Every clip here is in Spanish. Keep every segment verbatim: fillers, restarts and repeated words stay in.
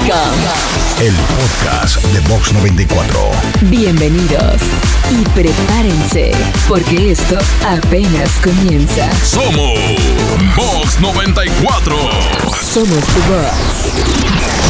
com. El podcast de Vox noventa y cuatro. Bienvenidos y prepárense, porque esto apenas comienza. Somos Vox noventa y cuatro. Somos tu voz.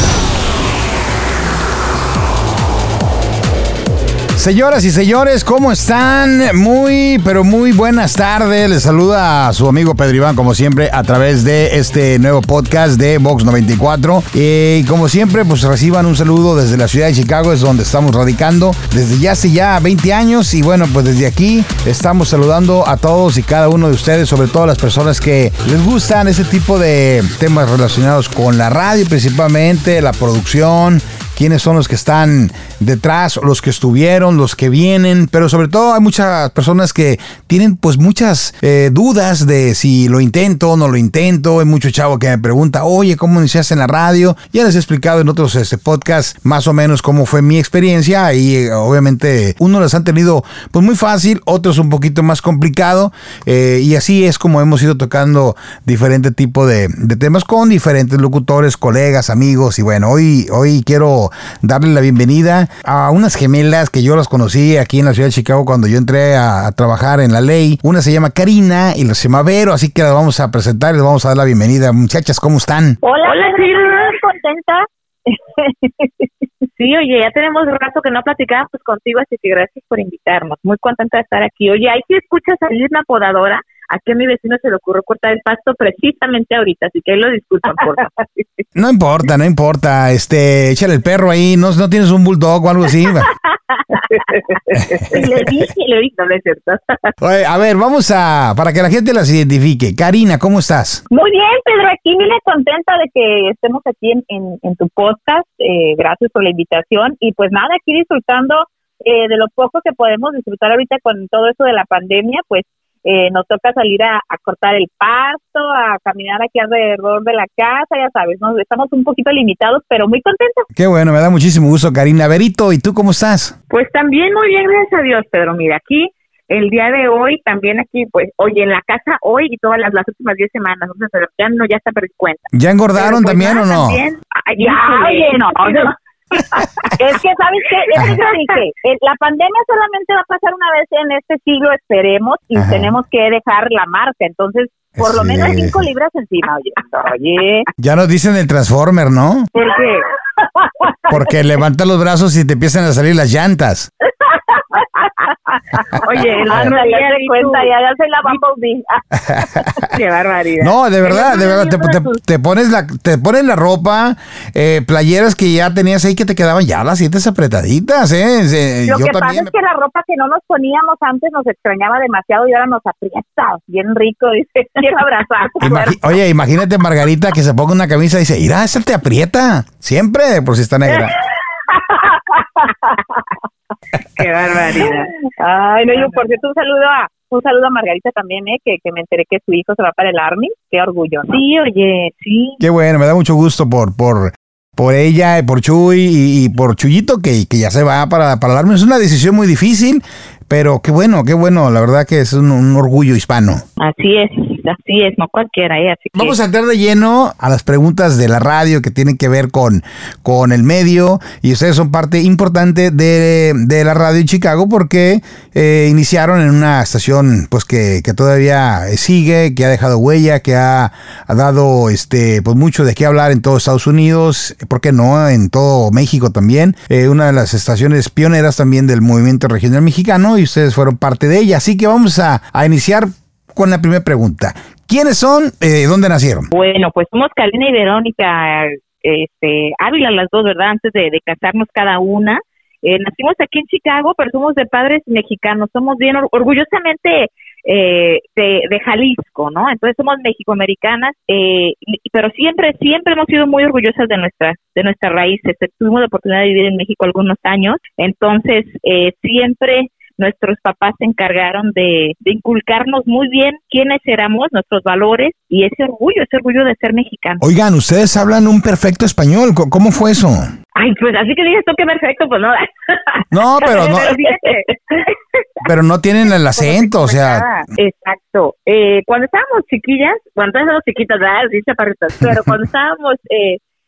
Señoras y señores, ¿cómo están? Muy, pero muy buenas tardes. Les saluda a su amigo Pedro Iván, como siempre, a través de este nuevo podcast de Vox noventa y cuatro. Y como siempre, pues reciban un saludo desde la ciudad de Chicago, es donde estamos radicando desde ya hace ya veinte años. Y bueno, pues desde aquí estamos saludando a todos y cada uno de ustedes, sobre todo a las personas que les gustan ese tipo de temas relacionados con la radio, principalmente la producción. Quiénes son los que están detrás, los que estuvieron, los que vienen, pero sobre todo hay muchas personas que tienen pues muchas eh, dudas de si lo intento o no lo intento. Hay mucho chavo que me pregunta, oye, ¿cómo iniciaste en la radio? Ya les he explicado en otros este, podcasts más o menos cómo fue mi experiencia y eh, obviamente unos las han tenido pues muy fácil, otros un poquito más complicado eh, y así es como hemos ido tocando diferente tipo de, de temas con diferentes locutores, colegas, amigos y bueno, hoy, hoy quiero darle la bienvenida a unas gemelas que yo las conocí aquí en la ciudad de Chicago cuando yo entré a, a trabajar en la ley. Una se llama Karina y la se llama Vero, así que las vamos a presentar y les vamos a dar la bienvenida. Muchachas, ¿cómo están? Hola, hola, sí, muy contenta. Sí, oye, ya tenemos rato que no platicábamos contigo, así que gracias por invitarnos. Muy contenta de estar aquí. Oye, hay que escuchar salir una podadora. Aquí a mi vecino se le ocurrió cortar el pasto precisamente ahorita, así que ahí lo disculpan, por favor. No importa, no importa. Este, échale el perro ahí. ¿No, no tienes un bulldog o algo así? le dije, le dije, no, no es cierto. Oye, a ver, vamos a, para que la gente las identifique. Karina, ¿cómo estás? Muy bien, Pedro, aquí vine contenta de que estemos aquí en, en, en tu podcast. Eh, gracias por la invitación. Y pues nada, aquí disfrutando eh, de lo poco que podemos disfrutar ahorita con todo eso de la pandemia, pues Eh, nos toca salir a, a cortar el pasto, a caminar aquí alrededor de la casa, ya sabes, ¿no? Estamos un poquito limitados, pero muy contentos. Qué bueno, me da muchísimo gusto, Karina. Verito, ¿y tú cómo estás? Pues también muy bien, gracias a Dios, Pedro. Mira, aquí, el día de hoy, también aquí, pues, oye, en la casa hoy y todas las, las últimas diez semanas, no sé, pero ya no, ya está perdí cuenta. ¿Ya engordaron pero, pues, también nada, o no? También, ay, ya, oye, no, no. Es que, ¿sabes qué? Es que yo dije, eh, la pandemia solamente va a pasar una vez en este siglo, esperemos, y Ajá. tenemos que dejar la marca, entonces, por sí. lo menos cinco libras encima, oye. Oye. Ya nos dicen el Transformer, ¿no? ¿Por qué? Porque levanta los brazos y te empiezan a salir las llantas. Oye, el anda, ya te cuenta, ya, ya soy la Bumblebee. Qué barbaridad. No, de verdad, de verdad, te, te, te pones la te pones la ropa, eh, playeras que ya tenías ahí que te quedaban ya las sientes apretaditas, ¿eh? Lo Yo que pasa también... es que la ropa que no nos poníamos antes nos extrañaba demasiado y ahora nos aprieta, bien rico, dice, quiero abrazar. Imagi- Oye, imagínate Margarita que se ponga una camisa y dice, mira, esa te aprieta, siempre, por si está negra. Qué barbaridad. Ay, no, yo por cierto un saludo a un saludo a Margarita también, eh, que, que me enteré que su hijo se va para el Army. Qué orgullo, ¿no? Sí, oye, sí. Qué bueno, me da mucho gusto por por por ella, por Chuy y, y por Chuyito que, que ya se va para, para el Army. Es una decisión muy difícil, pero qué bueno, qué bueno, la verdad que es un, un orgullo hispano. Así es, así es, no cualquiera, ¿eh? Así que... Vamos a entrar de lleno a las preguntas de la radio que tienen que ver con, con el medio, y ustedes son parte importante de, de la radio en Chicago porque eh, iniciaron en una estación pues que, que todavía sigue, que ha dejado huella, que ha, ha dado este pues mucho de qué hablar en todo Estados Unidos, ¿por qué no? En todo México también, eh, una de las estaciones pioneras también del movimiento regional mexicano, y ustedes fueron parte de ella. Así que vamos a, a iniciar con la primera pregunta. ¿Quiénes son? Eh, ¿Dónde nacieron? Bueno, pues somos Karina y Verónica este, Ávila, las dos, ¿verdad? Antes de, de casarnos cada una. Eh, nacimos aquí en Chicago, pero somos de padres mexicanos. Somos bien or- orgullosamente eh, de, de Jalisco, ¿no? Entonces somos mexicoamericanas, eh, pero siempre, siempre hemos sido muy orgullosas de nuestra, de nuestras raíces. Tuvimos la oportunidad de vivir en México algunos años, entonces eh, siempre nuestros papás se encargaron de, de inculcarnos muy bien quiénes éramos, nuestros valores y ese orgullo, ese orgullo de ser mexicanos. Oigan, ustedes hablan un perfecto español. ¿Cómo fue eso? Ay, pues así que dices tú que perfecto, pues no. No, pero no. Pero no tienen el acento, o sea. Exacto. Eh, cuando estábamos chiquillas, cuando estábamos chiquitas, ¿verdad? Sí, chaparritas, pero cuando estábamos eh,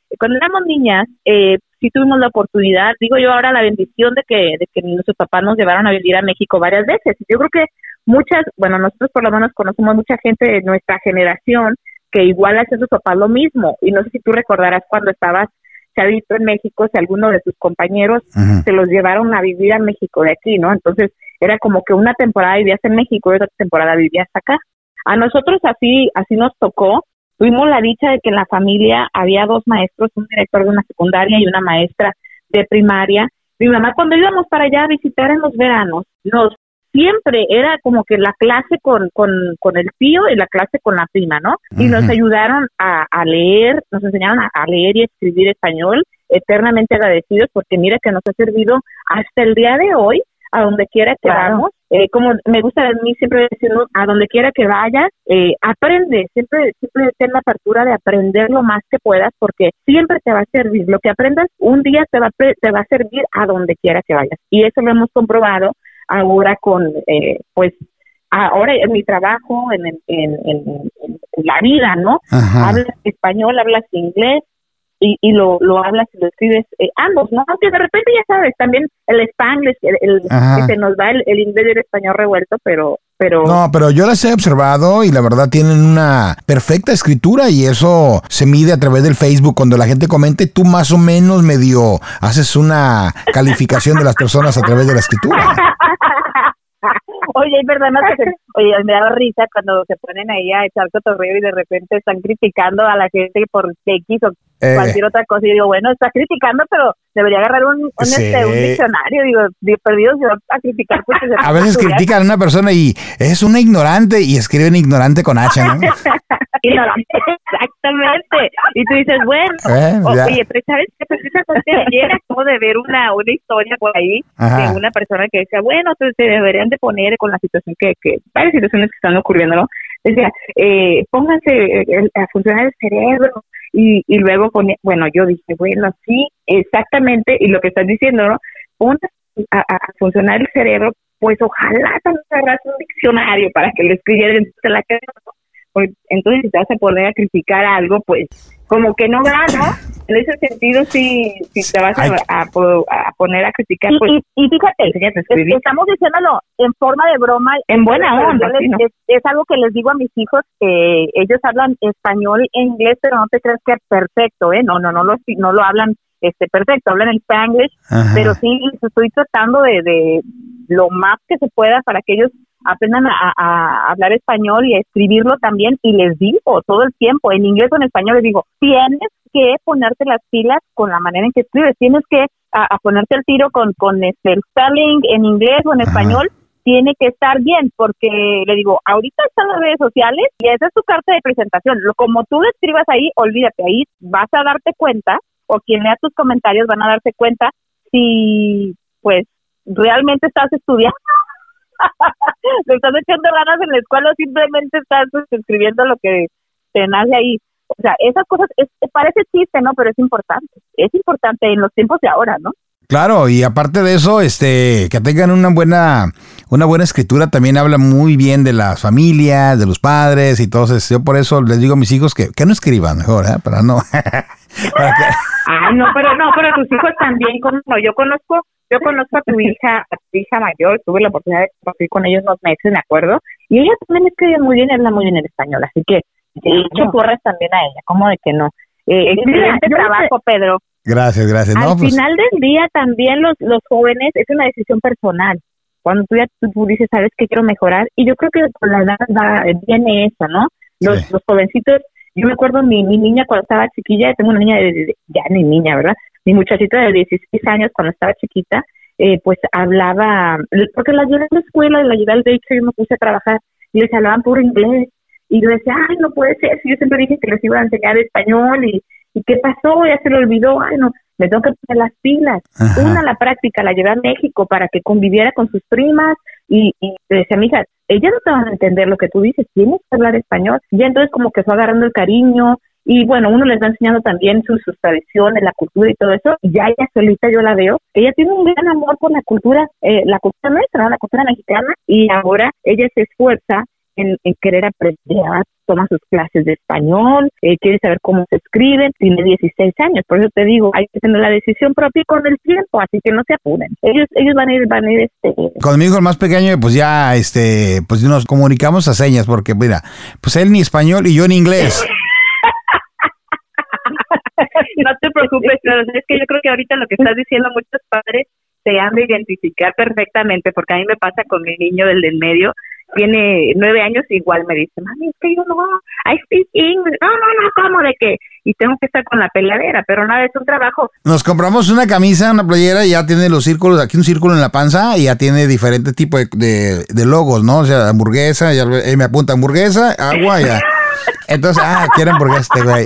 cuando éramos niñas, eh, sí tuvimos la oportunidad, digo yo ahora la bendición de que, de que nuestros papás nos llevaron a vivir a México varias veces. Yo creo que muchas, bueno, nosotros por lo menos conocemos mucha gente de nuestra generación que igual hacía sus papás lo mismo. Y no sé si tú recordarás cuando estabas chavito en México, si alguno de tus compañeros uh-huh. se los llevaron a vivir a México de aquí, ¿no? Entonces era como que una temporada vivías en México y otra temporada vivías acá. A nosotros así, así nos tocó. Tuvimos la dicha de que en la familia había dos maestros, un director de una secundaria y una maestra de primaria. Mi mamá, cuando íbamos para allá a visitar en los veranos, nos siempre era como que la clase con, con, con el tío y la clase con la prima, ¿no? Y uh-huh. nos ayudaron a, a leer, nos enseñaron a, a leer y escribir español, eternamente agradecidos, porque mira que nos ha servido hasta el día de hoy, a donde quiera que claro. vamos. Eh, como me gusta a mí siempre decir, ¿no? A donde quiera que vayas, eh, aprende, siempre siempre ten la apertura de aprender lo más que puedas, porque siempre te va a servir. Lo que aprendas un día te va, te va a servir a donde quiera que vayas. Y eso lo hemos comprobado ahora con, eh, pues, ahora en mi trabajo, en, en, en, en, en la vida, ¿no? Ajá. Hablas español, hablas inglés, y, y lo, lo hablas y lo escribes eh, ambos, ¿no? Aunque de repente ya sabes, también el Spanglish, el, el que se nos va el, el inglés y el español revuelto, pero... pero No, pero yo las he observado y la verdad tienen una perfecta escritura y eso se mide a través del Facebook. Cuando la gente comente, tú más o menos medio haces una calificación de las personas a través de la escritura. Oye, es verdad, no sé, oye, me da risa cuando se ponen ahí a echar cotorreo y de repente están criticando a la gente por X o eh. cualquier otra cosa. Y digo, bueno, está criticando, pero debería agarrar un, un, sí. este, un diccionario. Digo, digo perdido se va a criticar. Pues, a veces critican a una persona y es una ignorante y escriben ignorante con H, ¿no? Ignorante, exactamente. Y tú dices, bueno, eh, o, oye, pero ¿sabes qué? Precisamente ayer acabo de ver una, una historia por ahí Ajá. de una persona que decía, bueno, entonces se deberían de poner con la situación que, que varias situaciones que están ocurriendo, ¿no? Decía, eh, pónganse el, a funcionar el cerebro y, y luego ponía, bueno, yo dije, bueno, sí, exactamente, y lo que estás diciendo, ¿no? Pónganse a, a funcionar el cerebro, pues ojalá también agarras un diccionario para que lo escribieran en la casa. Entonces, si te vas a poner a criticar algo, pues como que no va, ¿no? En ese sentido, sí, si te vas a, a, a poner a criticar, y, pues... Y, y fíjate, es, estamos diciéndolo en forma de broma. En buena onda, les, sí, ¿no? es, es algo que les digo a mis hijos, que ellos hablan español e inglés, pero no te creas que es perfecto, ¿eh? No, no, no lo, no lo hablan este perfecto, hablan el Spanglish, Ajá. pero sí estoy tratando de, de lo más que se pueda para que ellos aprendan a, a hablar español y a escribirlo también, y les digo todo el tiempo, en inglés o en español, les digo, tienes que ponerte las pilas con la manera en que escribes, tienes que a, a ponerte al tiro con, con este, el spelling en inglés o en Ajá. español, tiene que estar bien, porque le digo, ahorita están las redes sociales y esa es tu carta de presentación, lo, como tú lo escribas ahí, olvídate, ahí vas a darte cuenta, o quien lea tus comentarios van a darse cuenta si, pues, realmente estás estudiando, te estás echando ganas en la escuela o simplemente estás pues, escribiendo lo que te nace ahí. O sea, esas cosas, es, parece chiste, ¿no? Pero es importante, es importante en los tiempos de ahora, ¿no? Claro, y aparte de eso, este, que tengan una buena, una buena escritura también habla muy bien de las familias, de los padres, y entonces yo por eso les digo a mis hijos que, que no escriban mejor, ¿eh? Para no... para que... Ay, no, pero no, pero tus hijos también, como no, yo conozco, yo conozco a tu hija, a tu hija mayor, tuve la oportunidad de compartir con ellos unos meses, ¿de acuerdo? Y ella también escribe muy bien, habla muy bien el español, así que de hecho corres también a ella, ¿cómo de que no? Eh, excelente trabajo, Pedro. Gracias, gracias. Al no, pues... final del día también los, los jóvenes, es una decisión personal. Cuando tú ya tú, tú dices, ¿sabes qué quiero mejorar? Y yo creo que con la edad va, viene eso, ¿no? Los, sí. los jovencitos, yo me acuerdo mi, mi niña cuando estaba chiquilla, tengo una niña de, de ya ni niña, ¿verdad? Mi muchachita de dieciséis años cuando estaba chiquita, eh, pues hablaba, porque la llevé a la escuela, la llevé al daycare y me puse a trabajar, y les hablaban puro inglés, y yo decía, ay, no puede ser, si yo siempre dije que les iba a enseñar español, y ¿y qué pasó? Ya se le olvidó. Ay, no, me tengo que poner las pilas. Ajá. Una, la práctica, la llevé a México para que conviviera con sus primas y, y le decía, mija, ellas no te van a entender lo que tú dices, tienes que hablar español. Y entonces como que fue agarrando el cariño y bueno, uno les va enseñando también sus, sus tradiciones, la cultura y todo eso. Y ya ella solita yo la veo, ella tiene un gran amor por la cultura, eh, la cultura nuestra, la cultura mexicana, y ahora ella se esfuerza en, en querer aprender, toma sus clases de español, eh, quiere saber cómo se escriben, tiene dieciséis años, por eso te digo, hay que tener la decisión propia y con el tiempo, así que no se apuren. Ellos ellos van a ir, van a ir, este... Con mi hijo el más pequeño, pues ya, este, pues nos comunicamos a señas, porque mira, pues él ni español y yo ni inglés. No te preocupes, pero es que yo creo que ahorita lo que estás diciendo, muchos padres se han de identificar perfectamente, porque a mí me pasa con mi niño del del medio, tiene nueve años, igual me dice, mami, es que yo no, I speak English, no, no, no, ¿cómo de qué? Y tengo que estar con la peleadera, pero nada, es un trabajo. Nos compramos una camisa, una playera, y ya tiene los círculos, aquí un círculo en la panza, y ya tiene diferentes tipos de, de, de logos, ¿no? O sea, hamburguesa, ya él me apunta hamburguesa, agua, ya. Entonces, ah, quiere hamburguesa este güey.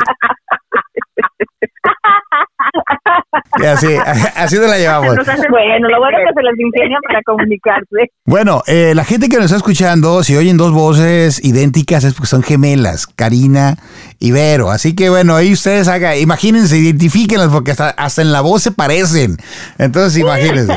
Y así, así nos la llevamos. Bueno, lo bueno es que se les ingenia para comunicarse. Bueno, eh, la gente que nos está escuchando, si oyen dos voces idénticas es porque son gemelas, Karina y Vero. Así que bueno, ahí ustedes hagan, imagínense, identifíquenlas porque hasta, hasta en la voz se parecen. Entonces, imagínense.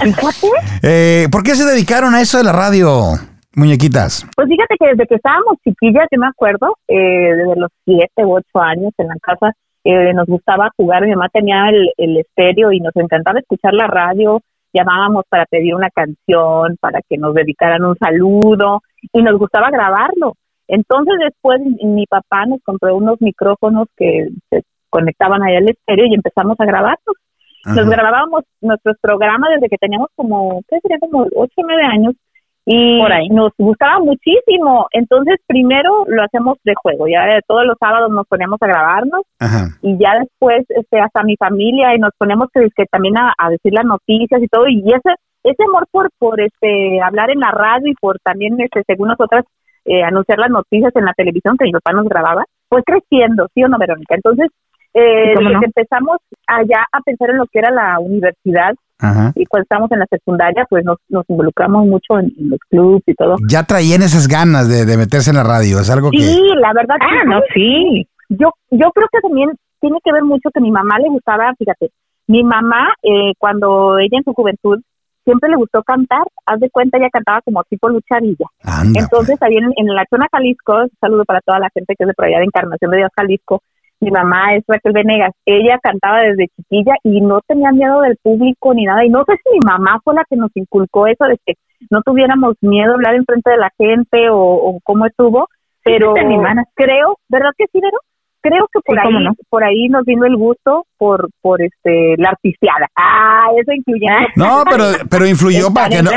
Eh, ¿Por qué se dedicaron a eso de la radio, muñequitas? Pues fíjate que desde que estábamos chiquillas, yo me acuerdo, eh, desde los siete u ocho años en la casa, Eh, nos gustaba jugar, mi mamá tenía el, el estéreo y nos encantaba escuchar la radio, llamábamos para pedir una canción, para que nos dedicaran un saludo y nos gustaba grabarlo. Entonces después mi papá nos compró unos micrófonos que se conectaban ahí al estéreo y empezamos a grabarlos. Ajá. Nos grabábamos nuestros programas desde que teníamos como, ¿qué sería? Como ocho o nueve años. Y por ahí nos gustaba muchísimo. Entonces primero lo hacemos de juego, ya de todos los sábados nos poníamos a grabarnos. Ajá. Y ya después este hasta mi familia y nos ponemos que, que también a, a decir las noticias y todo, y ese ese amor por por este hablar en la radio y por también este según nosotras eh, anunciar las noticias en la televisión que mi papá nos grababa, fue creciendo, ¿sí o no, Verónica? Entonces eh, desde no? que empezamos allá a pensar en lo que era la universidad. Ajá. Y cuando estábamos en la secundaria, pues nos, nos involucramos mucho en, en los clubs y todo. Ya traían esas ganas de, de meterse en la radio, es algo sí, que... Sí, la verdad que ah, no, sí. Yo, yo creo que también tiene que ver mucho que mi mamá le gustaba, fíjate, mi mamá, eh, cuando ella en su juventud, siempre le gustó cantar, haz de cuenta, ella cantaba como tipo lucharilla. Anda, entonces, ahí en, en la zona Jalisco, un saludo para toda la gente que es de por allá de Encarnación de Dios, Jalisco, mi mamá es Raquel Venegas, ella cantaba desde chiquilla y no tenía miedo del público ni nada, y no sé si mi mamá fue la que nos inculcó eso de que no tuviéramos miedo a hablar enfrente de la gente o, o cómo estuvo, pero sí, mi hermana, creo, ¿verdad que sí, Vero? Creo que por sí, ahí no? por ahí nos vino el gusto por por este la artisteada. Ah, eso incluyó. No, pero pero influyó para que no.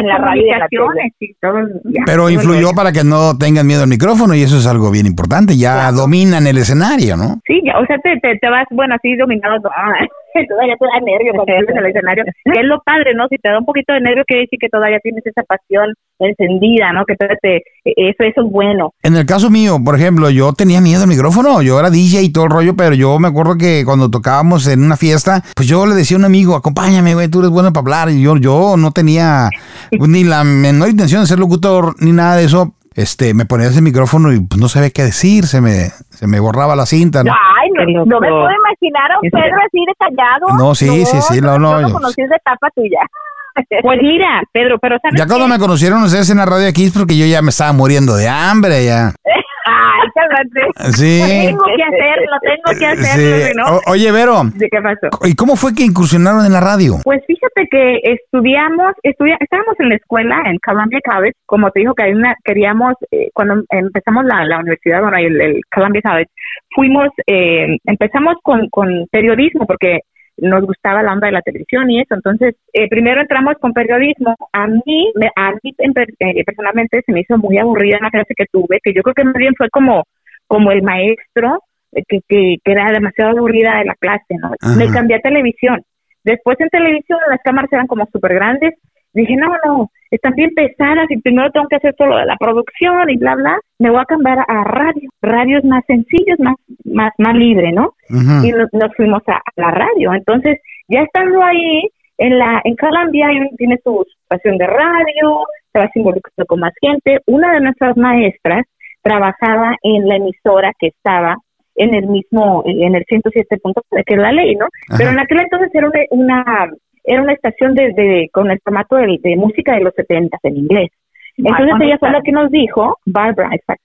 Pero influyó para que no tengan miedo al micrófono y eso es algo bien importante. Ya claro. Dominan el escenario, ¿no? Sí, ya, o sea, te, te, te vas, bueno, así dominado. Todavía te da nervio cuando estás en el escenario. Que es lo padre, ¿no? Si te da un poquito de nervio, quiere decir que todavía tienes esa pasión encendida, ¿no? Que te, te, eso, eso es bueno. En el caso mío, por ejemplo, yo tenía miedo al micrófono. Yo era D J y todo el rollo, pero yo me acuerdo que cuando tocábamos en una fiesta, pues yo le decía a un amigo, acompáñame, güey, tú eres bueno para hablar. Y yo, yo no tenía pues, ni la menor intención de ser locutor, ni nada de eso. Este, me ponía ese micrófono y pues no sabía qué decir, se me, se me borraba la cinta, ¿no? Ay, no, no me puedo imaginar a un Pedro así de callado. No, sí, no, sí, sí, no, no. Yo lo conocí de etapa tuya. Pues mira, Pedro, pero ¿sabes ya cuando qué? Me conocieron ustedes en la radio aquí es porque yo ya me estaba muriendo de hambre, ya. Ay, cálmate. Sí. Tengo que hacerlo, tengo que hacerlo, sí. ¿no? O, oye, Vero. ¿De qué pasó? ¿Y cómo fue que incursionaron en la radio? Pues fíjate que estudiamos, estudia, estábamos en la escuela, en Columbia College, como te dijo, que hay una, queríamos, eh, cuando empezamos la, la universidad, bueno, el, el Columbia College, fuimos, eh, empezamos con, con periodismo, porque nos gustaba la onda de la televisión y eso, entonces eh, primero entramos con periodismo. A mí, me, a mí eh, personalmente se me hizo muy aburrida la clase que tuve, que yo creo que más bien fue como, como el maestro, eh, que, que, que era demasiado aburrida de la clase, ¿no? Ajá. Me cambié a televisión. Después en televisión las cámaras eran como súper grandes. Dije, no, no, están bien pesadas y primero tengo que hacer todo lo de la producción y bla, bla. Me voy a cambiar a radio. Radio es más sencillo, es más, más, más libre, ¿no? Uh-huh. Y nos, nos fuimos a, a la radio. Entonces, ya estando ahí, en la en Columbia, tienes tu pasión de radio, te vas involucrando con más gente. Una de nuestras maestras trabajaba en la emisora que estaba en el mismo, en el ciento siete punto nueve, que es la ley, ¿no? Uh-huh. Pero en aquel entonces era una... una era una estación de, de con el formato de, de música de los setentas en inglés. Entonces ella fue la que nos dijo, Barbara, exacto,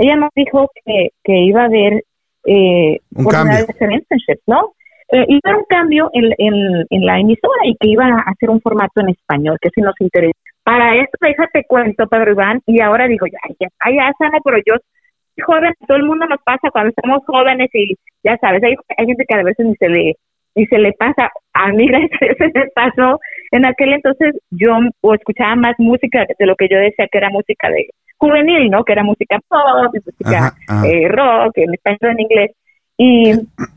ella nos dijo que, que iba a haber eh, un cambio de hacer internships, ¿no? Eh, iba a haber un cambio en, en, en la emisora y que iba a hacer un formato en español, que si nos interesa. Para eso, déjate cuento, Pedro Iván, y ahora digo, ya, ya, ya, sana, pero yo soy joven, todo el mundo nos pasa cuando estamos jóvenes y ya sabes, hay, hay gente que a veces ni se le y se le pasa. A mí, gracias a Dios, se me pasó. En aquel entonces yo o escuchaba más música de lo que yo decía que era música de juvenil, ¿no? Que era música pop, música ajá, ajá. Eh, rock, en español, en inglés. Y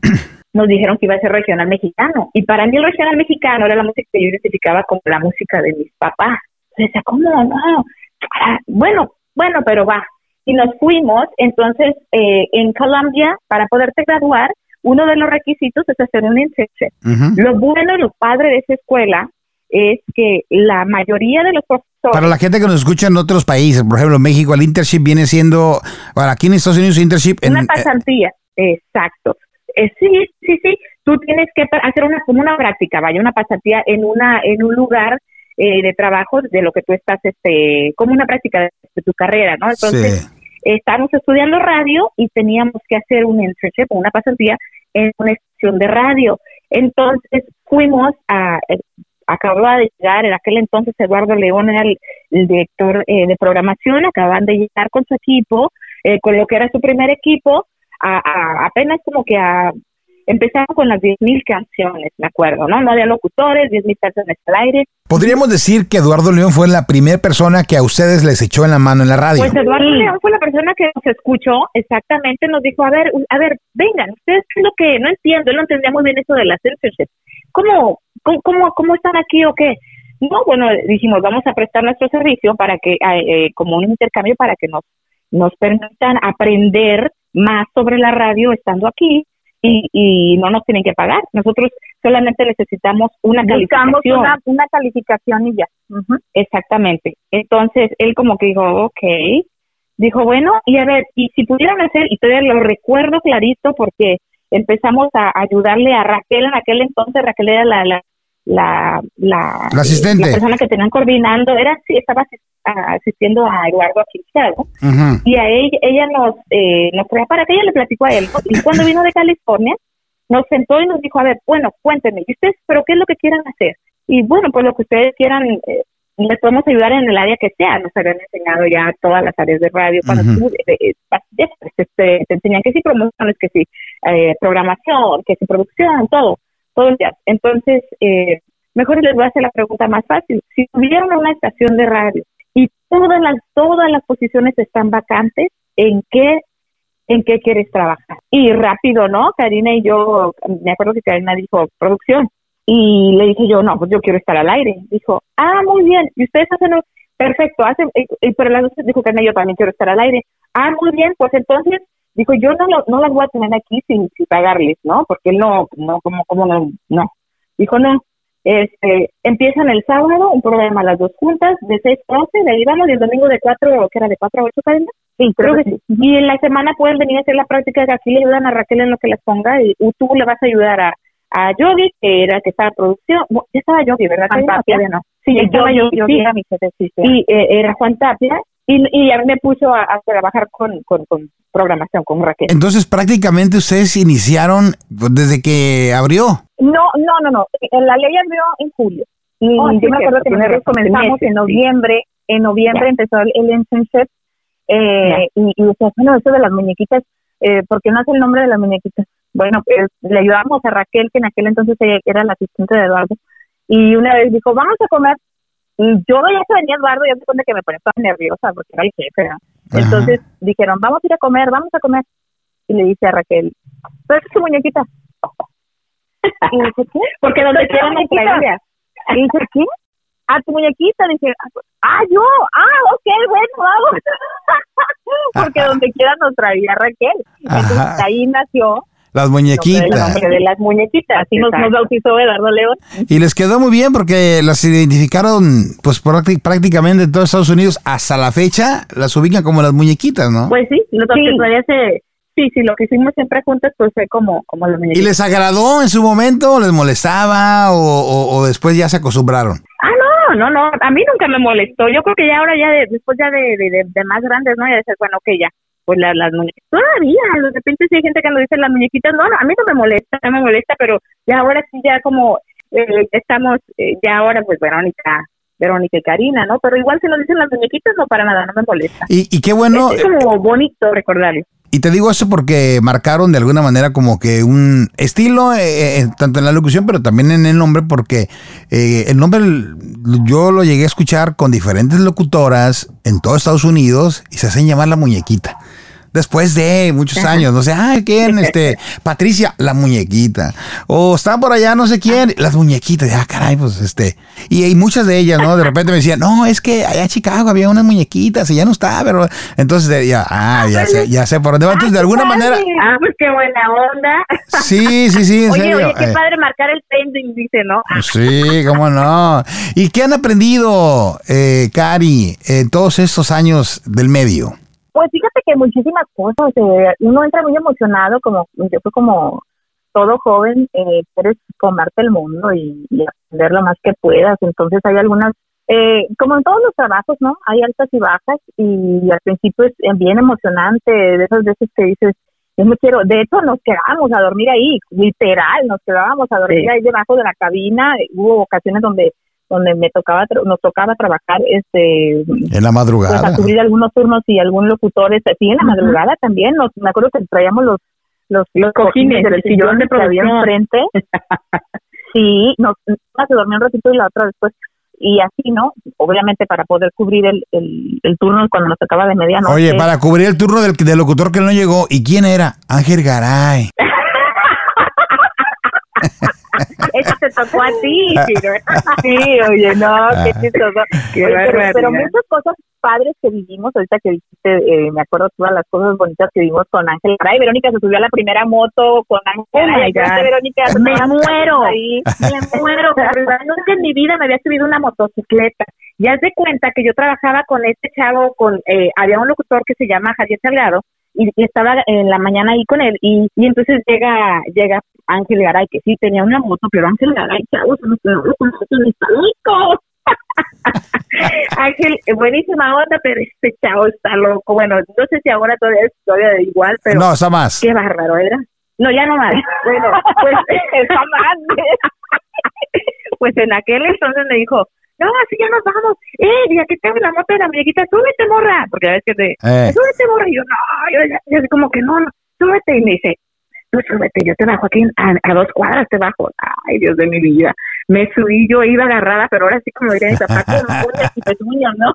nos dijeron que iba a ser regional mexicano. Y para mí el regional mexicano era la música que yo identificaba como la música de mis papás. Decía, ¿cómo no? Ah, bueno, bueno, pero va. Y nos fuimos. Entonces, eh, en Colombia, para poderte graduar, uno de los requisitos es hacer un internship. Uh-huh. Lo bueno y lo padre de esa escuela es que la mayoría de los profesores... Para la gente que nos escucha en otros países, por ejemplo, México, el internship viene siendo... Bueno, aquí en Estados Unidos, internship... Una en, pasantía, eh, exacto. Eh, sí, sí, sí. Tú tienes que hacer una como una práctica, vaya, una pasantía en una en un lugar eh, de trabajo de lo que tú estás, este como una práctica de, de tu carrera, ¿no? Entonces... Sí. Estábamos estudiando radio y teníamos que hacer un internship, una pasantía en una estación de radio. Entonces fuimos a, acababa de llegar, en aquel entonces Eduardo León era el, el director eh, de programación, acaban de llegar con su equipo, eh, con lo que era su primer equipo, a, a, apenas como que a empezamos con las diez mil canciones, me acuerdo, ¿no? No había locutores, diez mil canciones al aire. ¿Podríamos decir que Eduardo León fue la primera persona que a ustedes les echó en la mano en la radio? Pues Eduardo León fue la persona que nos escuchó, exactamente, nos dijo, a ver, a ver, vengan, ustedes qué es lo que, no entiendo, él no entendía muy bien eso de las internships. ¿Cómo, cómo, cómo, cómo están aquí o qué? No, bueno, dijimos, vamos a prestar nuestro servicio para que, eh, como un intercambio para que nos, nos permitan aprender más sobre la radio estando aquí. Y, y no nos tienen que pagar. Nosotros solamente necesitamos una Buscamos calificación. Una, una calificación y ya. Uh-huh. Exactamente. Entonces, él como que dijo, ok. Dijo, bueno, y a ver, y si pudieran hacer, y todavía lo recuerdo clarito porque empezamos a ayudarle a Raquel en aquel entonces. Raquel era la la la, la, la asistente. La persona que tenían coordinando. Era, sí, estaba asistiendo a Eduardo aquí en Chicago, uh-huh. y a ella, ella nos eh, nos traía para que ella le platicó a él, ¿no? Y cuando vino de California nos sentó y nos dijo, a ver, bueno, cuéntenme, ¿y ustedes, pero qué es lo que quieran hacer? Y bueno, pues lo que ustedes quieran, eh, les podemos ayudar en el área que sea. Nos habían enseñado ya todas las áreas de radio, cuando uh-huh. tú, eh, eh, te, te, te enseñan que sí promociones, que sí eh, programación, que sí producción, todo, todo el día. Entonces, eh, mejor les voy a hacer la pregunta más fácil. Si tuvieran una estación de radio y todas las todas las posiciones están vacantes, ¿en qué en qué quieres trabajar? Y rápido, ¿no? Karina y yo, me acuerdo que Karina dijo producción, y le dije yo, no, pues yo quiero estar al aire. Dijo, ah, muy bien, y ustedes hacen, perfecto, hacen, y, y pero las dos dijo Karina, yo también quiero estar al aire. Ah, muy bien, pues entonces, dijo, yo no lo, no las voy a tener aquí sin, sin pagarles, ¿no? Porque él no, no, como, como no, no. Dijo, no. Este, empiezan el sábado, un programa a las dos juntas, de seis a doce, de ahí vamos, y el domingo de cuatro, que era de cuatro a ocho, Karina. Sí, creo que sí. Y en la semana pueden venir a hacer la práctica, que aquí le ayudan a Raquel en lo que les ponga, y tú le vas a ayudar a, a Yogi, que era que estaba en producción. Bueno, ya estaba Yogi, ¿verdad? Juan Tapia, no. Sí, ya estaba Yogi, sí, era mi jefe, sí, sí. Y eh, era Juan Tapia, y, y a mí me puso a, a trabajar con, con, con programación, con Raquel. Entonces, prácticamente ustedes iniciaron desde que abrió. No, no, no, no. La ley abrió en julio. Y oh, yo sí, me acuerdo que nosotros comenzamos en noviembre. En noviembre ya. Empezó el, el internship. Eh, y, y decía, bueno, eso de las muñequitas, eh, ¿por qué no hace el nombre de las muñequitas? Bueno, pues le ayudamos a Raquel, que en aquel entonces ella era la asistente de Eduardo. Y una vez dijo, vamos a comer. Y yo ya que venía Eduardo, ya se cuenta que me ponía toda nerviosa porque era el jefe, ¿no? Entonces dijeron, vamos a ir a comer, vamos a comer. Y le dice a Raquel, ¿pero es tu muñequita? Y dice, ¿qué? Porque donde quiera me traía. Y dice, ¿qué? A tu muñequita. Dice, ah, yo, ah, ok, bueno, vamos. Porque donde quiera nos traía Raquel. Entonces Ajá. ahí nació las muñequitas. El de las muñequitas. Así nos, nos bautizó Eduardo León. Y les quedó muy bien porque las identificaron pues prácticamente en todos Estados Unidos. Hasta la fecha las ubican como las muñequitas, ¿no? Pues sí, lo que sí. todavía se... Sí, sí, lo que hicimos siempre juntas pues fue como, como los muñequitos. ¿Y les agradó en su momento? ¿Les molestaba o, o, o después ya se acostumbraron? Ah, no, no, no, a mí nunca me molestó. Yo creo que ya ahora ya de, después ya de, de, de, de más grandes, ¿no? Ya dices, bueno, ok, ya, pues la, las muñequitas, todavía, de repente sí hay gente que nos dice las muñequitas, no, no, a mí no me molesta, no me molesta, pero ya ahora sí, ya como eh, estamos, eh, ya ahora pues Verónica, Verónica y Karina, ¿no? Pero igual si nos dicen las muñequitas, no, para nada, no me molesta. Y, y qué bueno. Es, es como bonito recordarlo. Y te digo eso porque marcaron de alguna manera como que un estilo, eh, eh, tanto en la locución, pero también en el nombre, porque eh, el nombre yo lo llegué a escuchar con diferentes locutoras en todo Estados Unidos y se hacen llamar La Muñequita. Después de muchos años, no sé, ah, ¿quién? Este, Patricia, La Muñequita. O está por allá, no sé quién, las muñequitas. Ah, caray, pues este. Y hay muchas de ellas, ¿no? De repente me decían, no, es que allá en Chicago había unas muñequitas y ya no está, pero. Entonces, ya, ah, ya sé, ya sé por dónde va. Entonces, de alguna manera. Ah, pues qué buena onda. Sí, sí, sí, en oye, serio. Oye, qué eh, padre marcar el trending, dice, ¿no? Sí, cómo no. ¿Y qué han aprendido, eh, Cari, en todos estos años del medio? Pues fíjate que muchísimas cosas, eh, uno entra muy emocionado, como yo fui como todo joven, eh, quieres comerte el mundo y, y aprender lo más que puedas, entonces hay algunas, eh, como en todos los trabajos, ¿no? Hay altas y bajas y al principio es bien emocionante, de esas veces que dices, yo me quiero, de hecho nos quedábamos a dormir ahí, literal, nos quedábamos a dormir sí. ahí debajo de la cabina, hubo ocasiones donde donde me tocaba nos tocaba trabajar este en la madrugada, pues, a cubrir algunos turnos y algún locutor este, sí en la uh-huh. madrugada también nos, me acuerdo que traíamos los los, los cojines del sillón de producción enfrente sí nos, nos se dormía un ratito y la otra después y así, ¿no? Obviamente para poder cubrir el, el, el turno cuando nos tocaba de medianoche. Oye, para cubrir el turno del, del locutor que no llegó. ¿Y quién era? Ángel Garay. Eso te tocó a ti. Sí, oye, no, qué chistoso. Qué oye, pero, pero muchas cosas padres que vivimos, ahorita que dijiste, eh, me acuerdo todas las cosas bonitas que vivimos con Ángel Garay. Verónica se subió a la primera moto con Ángel Garay. Oh Verónica, me muero, ahí. me muero. Nunca en mi vida me había subido una motocicleta. Ya haz de cuenta que yo trabajaba con este chavo, con eh, había un locutor que se llama Javier Salgado, y, y estaba en la mañana ahí con él, y, y entonces llega llega Ángel Garay, que sí tenía una moto, pero Ángel Garay, chavos, se nos quedó con nosotros mis amigos. Ángel, buenísima onda, pero este chavo está loco. Bueno, no sé si ahora todavía es todavía igual, pero... No, está más. Qué bárbaro, ¿era? No, ya no más. Bueno, pues está más. Pues en aquel entonces me dijo, no, así ya nos vamos. Eh, ya que tengo la moto de la muñequita, súbete, morra. Porque a veces que te, eh. súbete, morra. Y yo, no, yo, yo, yo así como que no, no, súbete. Y me dice, tú súbete, yo te bajo aquí a, a dos cuadras, te bajo. Ay, Dios de mi vida. Me subí, yo iba agarrada, pero ahora sí como diría mi papá, con uñas y pezuñas, ¿no?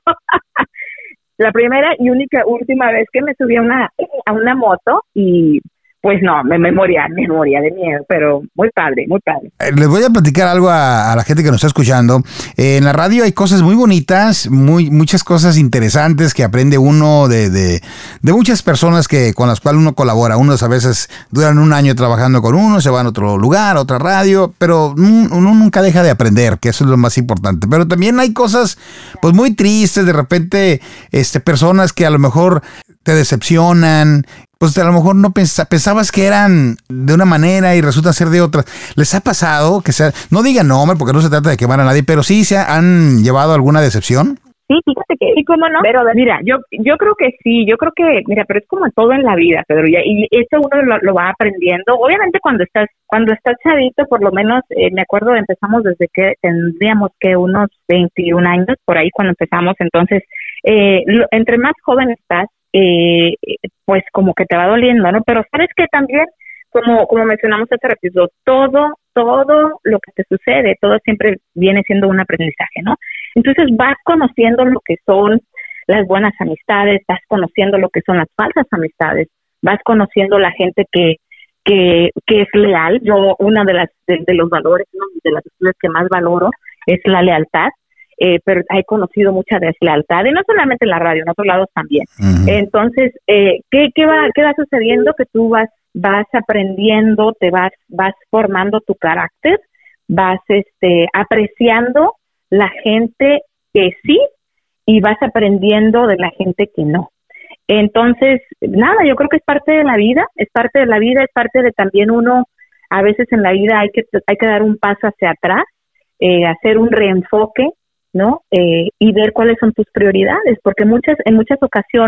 La primera y única, última vez que me subí a una, a una moto y... Pues no, me, me moría, me moría de miedo, pero muy padre, muy padre. Eh, les voy a platicar algo a, a la gente que nos está escuchando. Eh, en la radio hay cosas muy bonitas, muy muchas cosas interesantes que aprende uno de, de, de muchas personas que con las cuales uno colabora. Unos a veces duran un año trabajando con uno, se van a otro lugar, a otra radio, pero uno nunca deja de aprender, que eso es lo más importante. Pero también hay cosas pues muy tristes, de repente este, personas que a lo mejor te decepcionan, pues a lo mejor no pens- pensabas que eran de una manera y resulta ser de otra. ¿Les ha pasado que sea, no digan nombre porque no se trata de quemar a nadie, pero sí se han llevado alguna decepción? Sí, fíjate que... ¿Y cómo no? Pero, mira, yo yo creo que sí, yo creo que, mira, pero es como todo en la vida, Pedro, y, y eso uno lo, lo va aprendiendo. Obviamente cuando estás cuando estás chavito, por lo menos, eh, me acuerdo, empezamos desde que tendríamos que unos veintiún años, por ahí cuando empezamos, entonces, eh, lo, entre más joven estás, eh, pues como que te va doliendo, ¿no? Pero sabes que también, como como mencionamos hace ratito, todo, todo lo que te sucede, todo siempre viene siendo un aprendizaje, ¿no? Entonces vas conociendo lo que son las buenas amistades, vas conociendo lo que son las falsas amistades, vas conociendo la gente que que que es leal. Yo, una de las de, de los valores, ¿no? De las cosas que más valoro es la lealtad. Eh, pero he conocido mucha deslealtad, y no solamente en la radio, en otros lados también. Uh-huh. Entonces, eh, ¿qué, qué, va, ¿qué va sucediendo? Que tú vas vas aprendiendo, te vas vas formando tu carácter, vas este apreciando la gente que sí y vas aprendiendo de la gente que no. Entonces, nada, yo creo que es parte de la vida, es parte de la vida, es parte de también uno, a veces en la vida hay que hay que dar un paso hacia atrás, eh, hacer un reenfoque, ¿no? Eh, y ver cuáles son tus prioridades, porque muchas en muchas ocasiones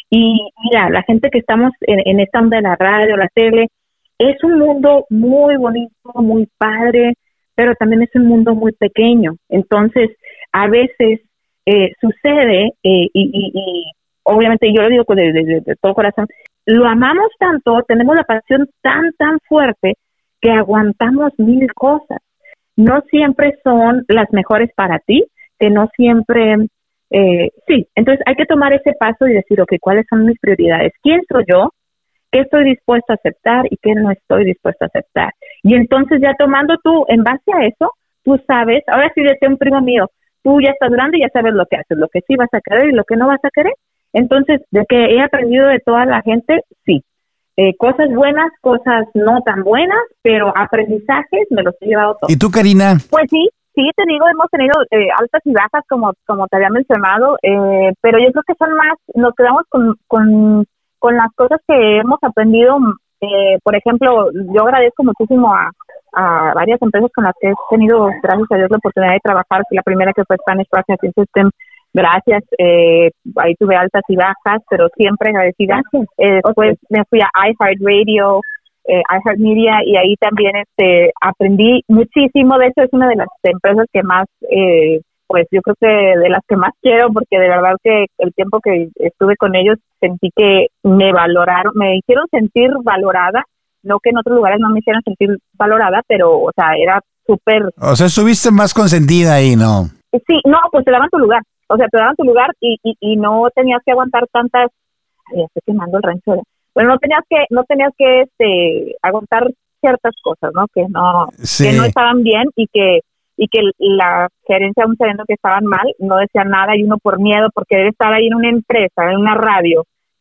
Y mira, la gente que estamos en, en esta onda de la radio, la tele, es un mundo muy bonito, muy padre, pero también es un mundo muy pequeño. Entonces, a veces eh, sucede, eh, y, y, y obviamente yo lo digo de, de, de, de todo corazón, lo amamos tanto, tenemos la pasión tan, tan fuerte que aguantamos mil cosas. No siempre son las mejores para ti, que no siempre, eh, sí, entonces hay que tomar ese paso y decir, ok, ¿cuáles son mis prioridades? ¿Quién soy yo? ¿Qué estoy dispuesto a aceptar y qué no estoy dispuesto a aceptar? Y entonces ya tomando tú, en base a eso, tú sabes, ahora sí decía un primo mío, tú ya estás grande y ya sabes lo que haces, lo que sí vas a querer y lo que no vas a querer. Entonces, de que he aprendido de toda la gente, sí. Eh, cosas buenas, cosas no tan buenas, pero aprendizajes me los he llevado todos. ¿Y tú, Karina? Pues sí, sí, te digo, hemos tenido eh, altas y bajas, como como te había mencionado, eh, pero yo creo que son más, nos quedamos con, con, con las cosas que hemos aprendido. Eh, por ejemplo, yo agradezco muchísimo a, a varias empresas con las que he tenido, gracias a Dios, la oportunidad de trabajar. La primera que fue Spanish Broadcasting System, gracias, eh, ahí tuve altas y bajas, pero siempre agradecida. Eh, después okay. me fui a iHeartRadio, eh, iHeartMedia, y ahí también este aprendí muchísimo. De hecho, es una de las empresas que más, eh, pues yo creo que de las que más quiero, porque de verdad que el tiempo que estuve con ellos sentí que me valoraron, me hicieron sentir valorada, no que en otros lugares no me hicieron sentir valorada, pero, o sea, era súper... O sea, estuviste más consentida ahí, ¿no? Sí, no, pues te daban tu lugar. O sea, te daban tu lugar y, y, y no tenías que aguantar tantas... Ay, ya estoy quemando el rancho. Bueno, no tenías que no tenías que este aguantar ciertas cosas, ¿no? Que no sí. que no estaban bien y que y que la gerencia, aún sabiendo que estaban mal, no decían nada, y uno por miedo, porque debe estar ahí en una empresa, en una radio,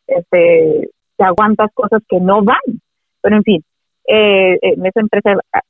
este, te aguantas cosas que no van. Pero en fin, eh, en esa empresa...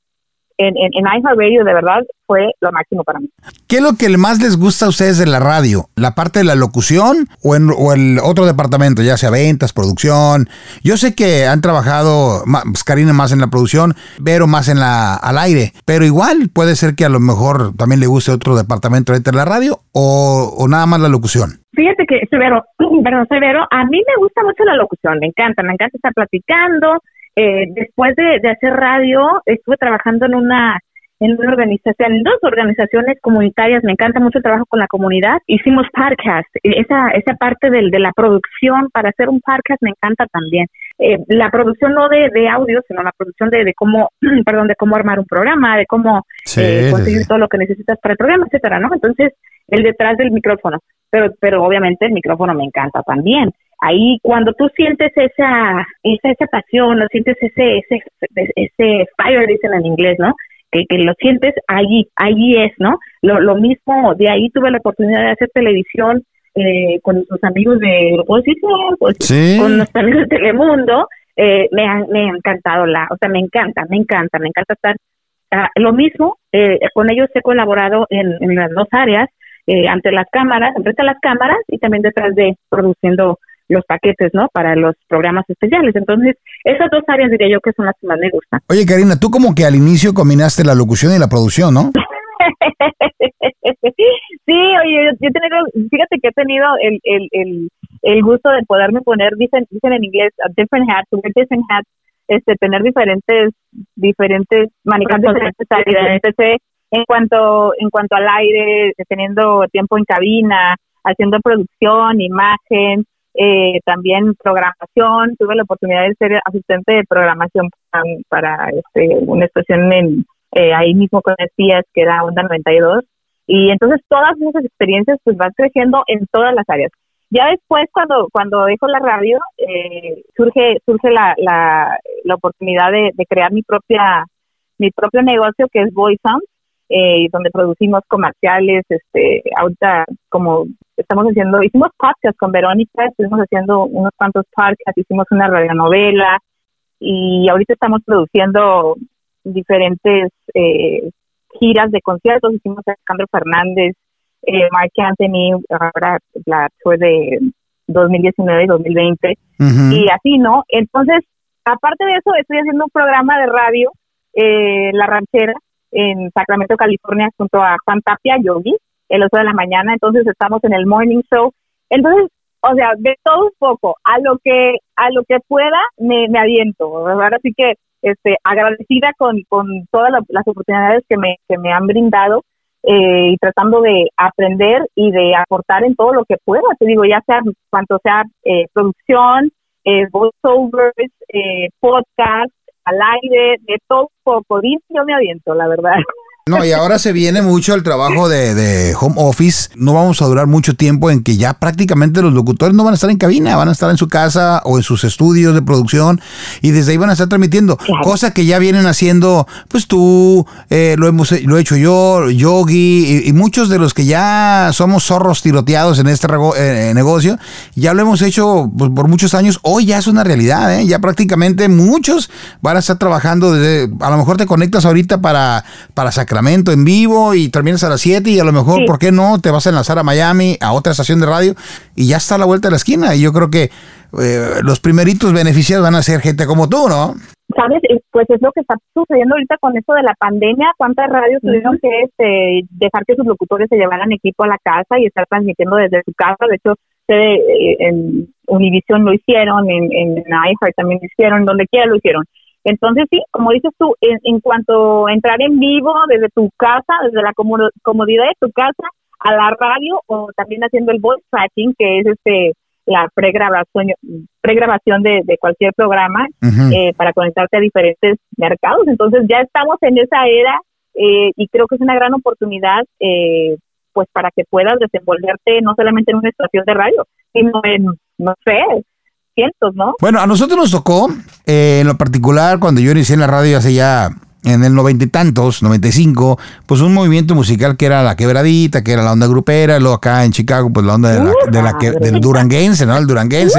En, en, en iHeartRadio, de verdad, fue lo máximo para mí. ¿Qué es lo que más les gusta a ustedes de la radio? ¿La parte de la locución o, en, o el otro departamento, ya sea ventas, producción? Yo sé que han trabajado, pues, Karina más en la producción, Vero más en la al aire, pero igual puede ser que a lo mejor también le guste otro departamento de la radio o, o nada más la locución. Fíjate que, soy Vero, perdón, soy Vero, a mí me gusta mucho la locución, me encanta, me encanta estar platicando. Eh, después de, de hacer radio, estuve trabajando en una en una organización, en dos organizaciones comunitarias. Me encanta mucho el trabajo con la comunidad. Hicimos podcast, esa esa parte del, de la producción para hacer un podcast me encanta también. Eh, la producción no de, de audio, sino la producción de, de cómo, perdón, de cómo armar un programa, de cómo sí, eh, conseguir sí. todo lo que necesitas para el programa, etcétera, ¿no? Entonces, el detrás del micrófono, pero pero obviamente el micrófono me encanta también. Ahí cuando tú sientes esa esa, esa pasión, lo sientes ese ese ese fire, dicen en inglés, ¿no? Que, que lo sientes allí, allí es, ¿no? Lo, lo mismo, de ahí tuve la oportunidad de hacer televisión eh, con nuestros amigos de oposición, pues, ¿sí? Con nuestros amigos de Telemundo. Eh, me, ha, me ha encantado la, o sea, me encanta, me encanta, me encanta estar. Uh, lo mismo, eh, con ellos he colaborado en, en las dos áreas, eh, ante las cámaras, frente a las cámaras y también detrás de produciendo los paquetes, ¿no? Para los programas especiales. Entonces, esas dos áreas diría yo que son las que más me gustan. Oye, Karina, tú como que al inicio combinaste la locución y la producción, ¿no? Sí, oye, yo, yo he tenido, fíjate que he tenido el, el, el, el gusto de poderme poner, dicen, dicen en inglés, a different hats, a different hats, este, tener diferentes, diferentes, manejar diferentes áreas, etcétera. En cuanto, en cuanto al aire, teniendo tiempo en cabina, haciendo producción, imagen, Eh, también programación. Tuve la oportunidad de ser asistente de programación para, para este, una estación en, eh, ahí mismo con Espías, que era Onda noventa y dos, y entonces todas esas experiencias pues vas creciendo en todas las áreas. Ya después cuando cuando dejo la radio eh, surge surge la la, la oportunidad de, de crear mi propia mi propio negocio, que es Voice Sound, eh, donde producimos comerciales. Este ahorita como estamos haciendo, hicimos podcast con Verónica, estuvimos haciendo unos cuantos podcasts, hicimos una radionovela y ahorita estamos produciendo diferentes eh, giras de conciertos. Hicimos a Alejandro Fernández, eh, Marc Anthony, ahora la tour de dos mil diecinueve y dos mil veinte, uh-huh. Y así, ¿no? Entonces, aparte de eso, estoy haciendo un programa de radio, eh, La Ranchera, en Sacramento, California, junto a Juan Tapia, Yogi, el oso de la mañana. Entonces estamos en el morning show. Entonces, o sea, de todo un poco, a lo que a lo que pueda me, me aviento. Ahora sí que este agradecida con, con todas la, las oportunidades que me que me han brindado eh, y tratando de aprender y de aportar en todo lo que pueda. Te digo, ya sea cuanto sea eh, producción, eh, voiceovers, eh, podcast, al aire, de todo un poco. Dice, yo me aviento, la verdad. No, y ahora se viene mucho el trabajo de, de home office. No vamos a durar mucho tiempo en que ya prácticamente los locutores no van a estar en cabina, van a estar en su casa o en sus estudios de producción y desde ahí van a estar transmitiendo. Claro. Cosa que ya vienen haciendo, pues tú, eh, lo hemos lo he hecho yo, Yogi y, y muchos de los que ya somos zorros tiroteados en este rego, eh, negocio, ya lo hemos hecho pues, por muchos años. Hoy ya es una realidad, ¿eh? Ya prácticamente muchos van a estar trabajando desde, a lo mejor te conectas ahorita para, para sacar en vivo y terminas a las siete y a lo mejor, sí. ¿por qué no? Te vas a enlazar a Miami, a otra estación de radio y ya está a la vuelta de la esquina. Y yo creo que eh, los primeritos beneficiados van a ser gente como tú, ¿no? ¿Sabes? Pues es lo que está sucediendo ahorita con esto de la pandemia. ¿Cuántas radios uh-huh. tuvieron que este, dejar que sus locutores se llevaran equipo a la casa y estar transmitiendo desde su casa? De hecho, eh, en Univision lo hicieron, en, en iHeart también lo hicieron, donde quiera lo hicieron. Entonces, sí, como dices tú, en, en cuanto a entrar en vivo desde tu casa, desde la comodo, comodidad de tu casa, a la radio o también haciendo el voice tracking, que es este la pregrabación, pregrabación de, de cualquier programa uh-huh. eh, para conectarte a diferentes mercados. Entonces, ya estamos en esa era eh, y creo que es una gran oportunidad eh, pues para que puedas desenvolverte no solamente en una estación de radio, sino en, no sé, cientos, ¿no? Bueno, a nosotros nos tocó, eh, en lo particular, cuando yo inicié en la radio hace ya, en el noventa y tantos, noventa y cinco, pues un movimiento musical que era la quebradita, que era la onda grupera, luego acá en Chicago, pues la onda de la, de la que, del duranguense, ¿no? El duranguense.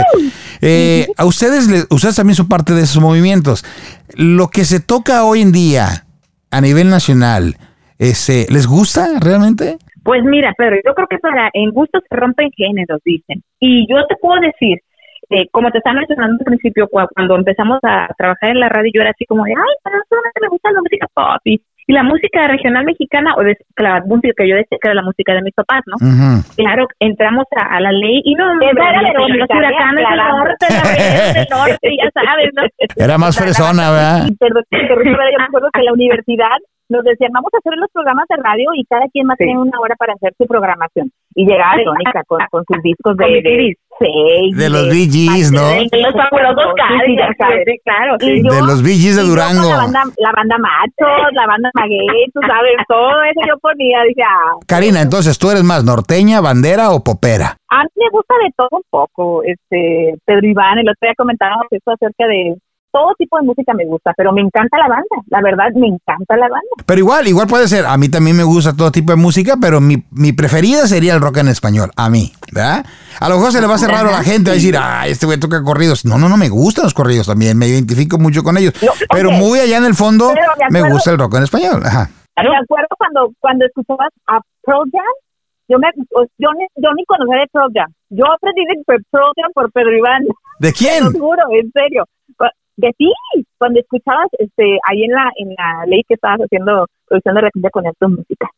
Eh, a ustedes, les, ustedes también son parte de esos movimientos. Lo que se toca hoy en día a nivel nacional, ese, ¿les gusta realmente? Pues mira, Pedro, yo creo que para en gustos se rompen géneros, dicen. Y yo te puedo decir, Eh, como te estaba mencionando al principio, cuando empezamos a trabajar en la radio, yo era así como de, ay, pero solamente me gusta la música pop y, y la música regional mexicana, o de, la música que yo decía que era la música de mis papás, ¿no? Uh-huh. Claro, entramos a, a la ley y no, hombre, era la los huracanes del norte, la región del norte, ya sabes, ¿no? Era más fresona, ¿verdad? Perdón, yo me acuerdo que en la universidad nos decían, vamos a hacer los programas de radio y cada quien va a tener sí. una hora para hacer su programación. Y llegaba Verónica con, con sus discos de... de Sí, de los Bee Gees, ¿no? De los fabulosos Cadillacs, sí, claro. Sí. Yo, de los Bee Gees de Durango. La banda, la banda Machos, la banda Maguey, tú sabes, todo eso yo ponía, dije, ah. Karina, entonces, ¿tú eres más norteña, bandera o popera? A mí me gusta de todo un poco, este, Pedro Iván, el otro día comentábamos esto acerca de todo tipo de música me gusta, pero me encanta la banda, la verdad me encanta la banda. Pero igual, igual puede ser, a mí también me gusta todo tipo de música, pero mi, mi preferida sería el rock en español, a mí, ¿verdad? A lo mejor se le va a hacer raro a la gente, va a decir, ah, este güey toca corridos. No, no, no, me gustan los corridos también, me identifico mucho con ellos, no, okay. Pero muy allá en el fondo me, me gusta el rock en español, ajá. Me acuerdo cuando, cuando escuchabas a Pearl Jam, yo, me, yo, ni, yo ni conocía de Pearl Jam, yo aprendí de Pearl Jam por Pedro Iván. ¿De quién? Te lo juro, en serio. De ti, cuando escuchabas este ahí en la en la ley que estabas haciendo producción de repente con tu música.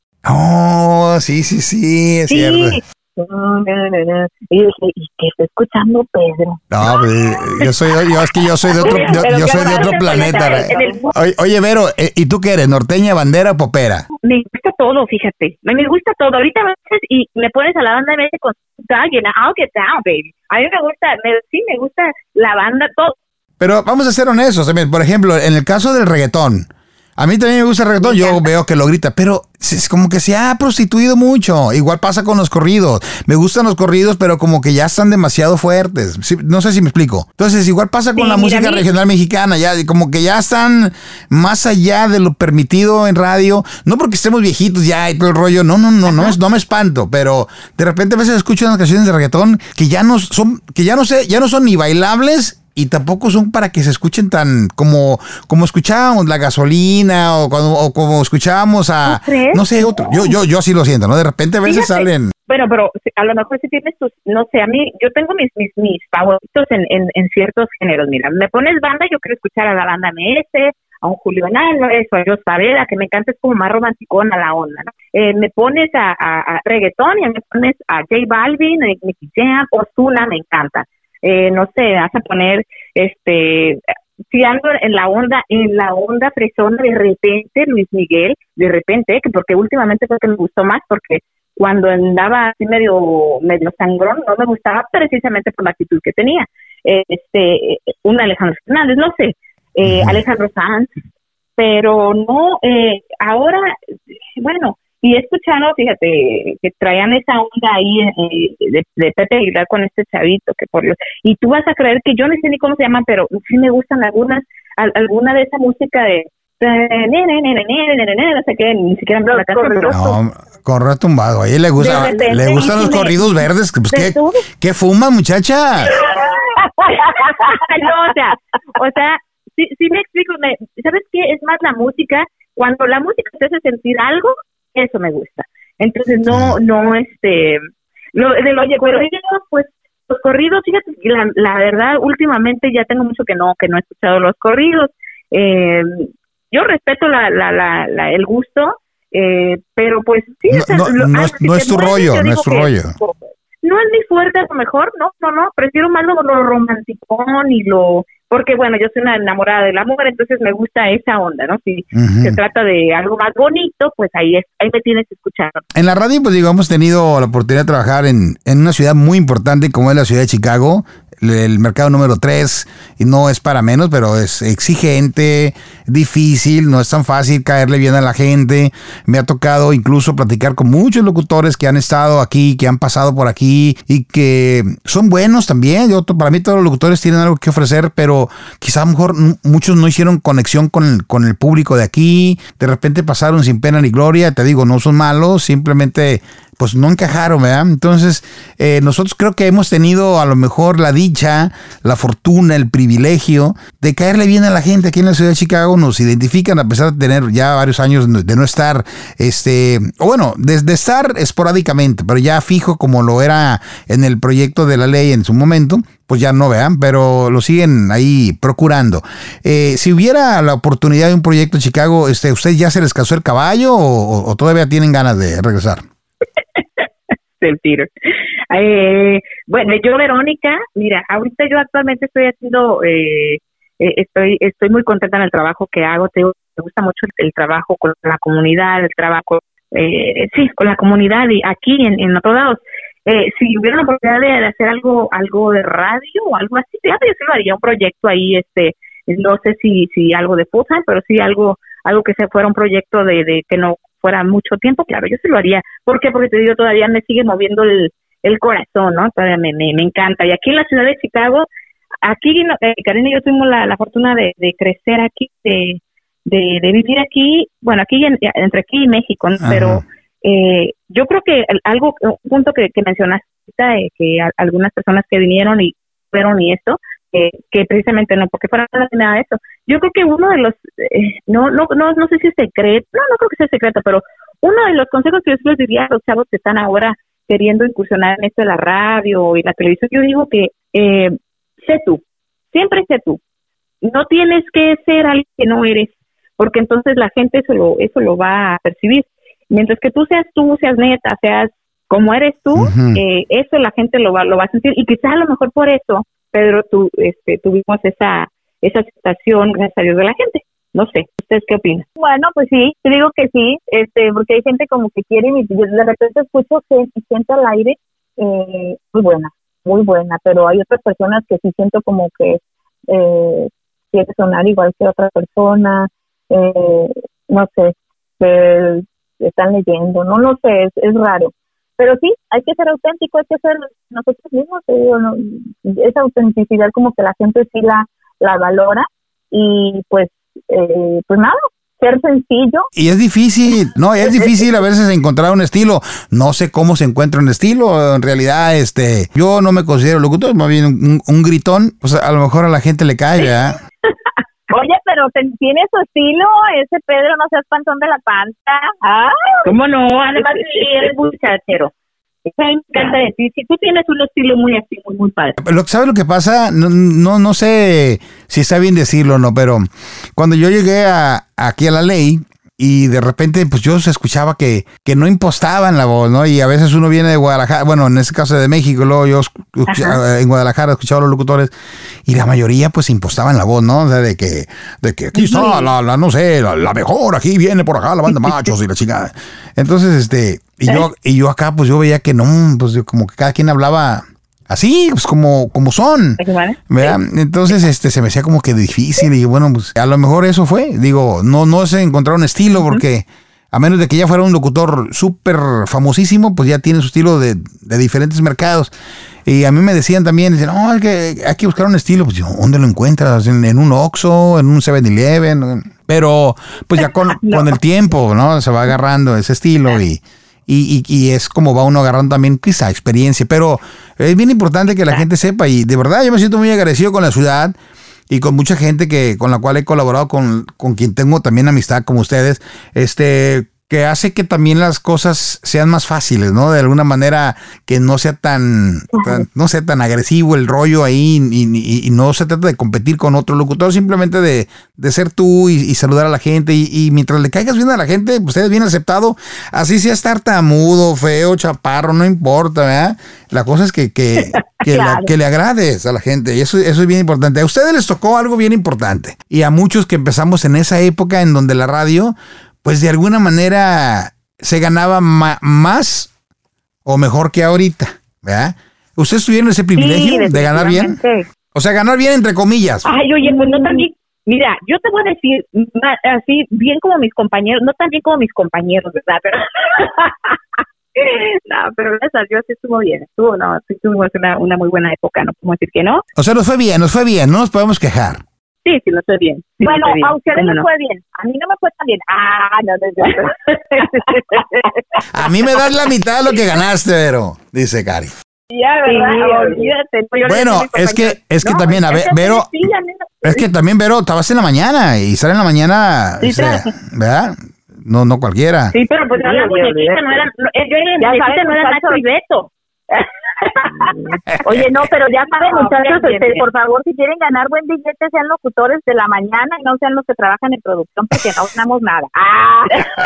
Oh, sí, sí, sí, es sí. cierto. No, no, no, no. Y yo dije, ¿y qué está escuchando Pedro? No, pues, yo soy, yo es que yo soy de otro, yo, yo soy de otro planeta. Oye, oye, Vero, ¿y tú qué eres? ¿Norteña, bandera o popera? Me gusta todo, fíjate. Me gusta todo. Ahorita a veces y me pones a la banda de con I'll get down, baby. A mí me gusta, me, sí, me gusta la banda, todo. Pero vamos a ser honestos también. Por ejemplo, en el caso del reggaetón, a mí también me gusta el reggaetón. Yo veo que lo grita, pero es como que se ha prostituido mucho. Igual pasa con los corridos. Me gustan los corridos, pero como que ya están demasiado fuertes. Sí, no sé si me explico. Entonces, igual pasa con sí, la música regional mexicana. Ya, como que ya están más allá de lo permitido en radio. No porque estemos viejitos ya y todo el rollo. No, no, no, no, es, no me espanto. Pero de repente a veces escucho unas canciones de reggaetón que ya no son, que ya no sé, ya no son ni bailables. Y tampoco son para que se escuchen tan como como escuchábamos la Gasolina o, cuando, o como escuchábamos a no sé otro. Yo yo yo así lo siento, ¿no? De repente a veces Fíjate. salen. Bueno, pero a lo mejor si tienes tus, no sé, a mí yo tengo mis mis mis favoritos en, en en ciertos géneros. Mira, me pones banda, yo quiero escuchar a la banda M S, a un Julio Enano, eso, a Jos Favela, que me encanta, es como más romanticona la onda, ¿no? Eh, me pones a, a, a reggaetón y me pones a J Balvin, a Nicky Jam, Ozuna, me encanta. Eh, no sé, vas a poner, este, si ando en la onda, en la onda fresona, de repente, Luis Miguel, de repente, que porque últimamente fue que me gustó más, porque cuando andaba así medio, medio sangrón, no me gustaba precisamente por la actitud que tenía. Eh, este, un Alejandro Fernández, no sé, eh, uh-huh. Alejandro Sanz, pero no, eh, ahora, bueno, y he escuchado, fíjate, que traían esa onda ahí eh, de, de Pepe Aguilar con este chavito, que por Dios, y tú vas a creer que yo no sé ni cómo se llaman, pero sí me gustan algunas, al, alguna de esa música de no sé qué, ni siquiera me la canción, pero no, corre tumbado, a ella le gusta, repente, le gustan los me, corridos verdes, pues ¿qué, ¿qué fuma, muchacha? No, o sea, o sea, sí, sí me explico, me, ¿sabes qué? Es más la música, cuando la música te hace sentir algo, eso me gusta. Entonces no, no, este, lo, de los corridos, pues, los corridos, fíjate, la, la verdad, últimamente ya tengo mucho que no, que no he escuchado los corridos. Eh, yo respeto la, la, la, la el gusto, eh, pero pues sí, no, o sea, no, lo, no, ah, es, si no es tu rollo, no es tu rollo. No es mi fuerte, a lo mejor, no, no, no, prefiero más lo, lo romanticón y lo, porque bueno, yo soy una enamorada del amor, entonces me gusta esa onda, ¿no? Si uh-huh. se trata de algo más bonito, pues ahí es, ahí me tienes escuchando. En la radio, pues digo, hemos tenido la oportunidad de trabajar en, en una ciudad muy importante como es la ciudad de Chicago, el mercado número tres, y no es para menos, pero es exigente, difícil, no es tan fácil caerle bien a la gente. Me ha tocado incluso platicar con muchos locutores que han estado aquí, que han pasado por aquí y que son buenos también. Yo, para mí todos los locutores tienen algo que ofrecer, pero quizá a lo mejor muchos no hicieron conexión con el, con el público de aquí, de repente pasaron sin pena ni gloria. Te digo, no son malos, simplemente pues no encajaron, ¿verdad? Entonces, eh, nosotros creo que hemos tenido a lo mejor la dicha, la fortuna, el privilegio de caerle bien a la gente aquí en la ciudad de Chicago. Nos identifican a pesar de tener ya varios años de no estar, este, o bueno, de, de estar esporádicamente, pero ya fijo como lo era en el proyecto de la ley en su momento, pues ya no, vean, pero lo siguen ahí procurando. Eh, si hubiera la oportunidad de un proyecto en Chicago, este, ¿usted ya se les casó el caballo o, o todavía tienen ganas de regresar? El tiro. Eh, bueno, yo, Verónica, mira, ahorita yo actualmente estoy haciendo, eh, eh, estoy estoy muy contenta en el trabajo que hago. Te, me gusta mucho el, el trabajo con la comunidad, el trabajo, eh, sí, con la comunidad y aquí en, en otros lados. Eh, si hubiera la oportunidad de, de hacer algo algo de radio o algo así, fíjate, yo sí lo haría, un proyecto ahí, este, no sé si si algo de futsal, pero sí algo algo que se fuera un proyecto de, de que no fuera mucho tiempo, claro, yo sí lo haría. ¿Por qué? Porque te digo, todavía me sigue moviendo el, el corazón, ¿no? Todavía me, me, me encanta. Y aquí en la ciudad de Chicago, aquí, eh, Karina y yo tuvimos la, la fortuna de, de crecer aquí, de, de, de vivir aquí, bueno, aquí en, entre aquí y México, ¿no? Pero eh, yo creo que algo, un punto que, que mencionaste, eh, que a, algunas personas que vinieron y fueron y esto, eh, que precisamente no, porque fuera nada de eso. Yo creo que uno de los, eh, no, no, no, no sé si es secreto, no, no creo que sea secreto, pero uno de los consejos que yo les diría a los chavos que están ahora queriendo incursionar en esto de la radio y la televisión, yo digo que eh, sé tú, siempre sé tú. No tienes que ser alguien que no eres, porque entonces la gente eso lo, eso lo va a percibir. Mientras que tú seas tú, seas neta, seas como eres tú, uh-huh. eh, eso la gente lo va, lo va a sentir. Y quizás a lo mejor por eso, Pedro, tú, este, tuvimos esa esa aceptación, gracias a Dios, de la gente. No sé, ¿ustedes qué opinan? Bueno, pues sí, te digo que sí, este, porque hay gente como que quiere, y yo de repente escucho gente, gente al aire, eh, muy buena, muy buena, pero hay otras personas que sí siento como que eh, quiere sonar igual que otra persona, eh, no sé, que están leyendo, no lo sé, es, es raro. Pero sí, hay que ser auténtico, hay que ser nosotros mismos, te digo, ¿no? Esa autenticidad como que la gente sí la, la valora y pues, eh, pues nada, ser sencillo. Y es difícil, no, es difícil a veces encontrar un estilo. No sé cómo se encuentra un estilo. En realidad, este, yo no me considero locutor, más bien un, un gritón. Pues a lo mejor a la gente le cae, ¿verdad? Oye, pero tiene su estilo, ese Pedro, no seas pantón de la panza. ¡Ay! ¿Cómo no? Además, sí, eres muchachero. Eso me encanta decir, si tú tienes un estilo muy así, muy, muy padre. Lo, ¿sabes lo que pasa? No, no, no sé si está bien decirlo o no, pero cuando yo llegué a, aquí a la ley, y de repente, pues yo se escuchaba que, que no impostaban la voz, ¿no? Y a veces uno viene de Guadalajara, bueno, en este caso de México, luego yo escuchaba, en Guadalajara escuchaba a los locutores y la mayoría pues impostaban la voz, ¿no? O sea, de que, de que aquí está la, la no sé, la, la mejor, aquí viene por acá la banda machos y la chingada. Entonces, este, y yo, y yo acá, pues yo veía que no, pues como que cada quien hablaba así, pues como, como son, ¿verdad? Entonces, este, se me hacía como que difícil y bueno, pues a lo mejor eso fue. Digo, no, no sé encontrar un estilo porque a menos de que ya fuera un locutor súper famosísimo, pues ya tiene su estilo de, de diferentes mercados. Y a mí me decían también, dicen, no, hay que, hay que buscar un estilo. Pues yo, ¿dónde lo encuentras? En, en un Oxxo, en un seven eleven. Pero pues ya con, no. con el tiempo, ¿no? Se va agarrando ese estilo y... Y, y, y es como va uno agarrando también quizá experiencia, pero es bien importante que la gente sepa y de verdad yo me siento muy agradecido con la ciudad y con mucha gente que con la cual he colaborado, con, con quien tengo también amistad como ustedes, este que hace que también las cosas sean más fáciles, ¿no? De alguna manera que no sea tan, tan no sea tan agresivo el rollo ahí y, y, y no se trata de competir con otro locutor, simplemente de, de ser tú y, y saludar a la gente y, y mientras le caigas bien a la gente, pues eres bien aceptado, así seas tartamudo, feo, chaparro, no importa, ¿verdad? La cosa es que, que, que, claro. la, que le agrades a la gente y eso, eso es bien importante. A ustedes les tocó algo bien importante y a muchos que empezamos en esa época en donde la radio pues de alguna manera se ganaba ma- más o mejor que ahorita, ¿verdad? ¿Ustedes tuvieron ese privilegio sí, de ganar bien? O sea, ganar bien entre comillas. Ay, oye, pues no tan bien. Mira, yo te voy a decir, así bien como mis compañeros, no tan bien como mis compañeros, ¿verdad? Pero no, pero gracias a Dios estuvo bien, estuvo, no, sí tuvimos una, una muy buena época, no podemos decir que no. O sea, nos fue bien, nos fue bien, no nos podemos quejar. Sí, sí, lo sé bien. Sí, bueno, bien. a ustedes les no? fue bien. A mí no me fue tan bien. Ah, no, no, no. A mí me das la mitad de lo que ganaste, Vero, dice Cari. Ya, ¿verdad? Sí, olvídate. Bueno, es que, es que no, también, a ver, Vero, sí, es que también, Vero, estabas en la mañana y sale en la mañana, sí, o sea, ¿verdad? No, no cualquiera. Sí, pero pues no, la muñequita no era, no, yo era, ya sabes, no era Nacho y Beto. Oye, no, pero ya saben, muchachos, no, este, por favor, si quieren ganar buen billete, sean locutores de la mañana y no sean los que trabajan en producción porque no ganamos nada. Ah.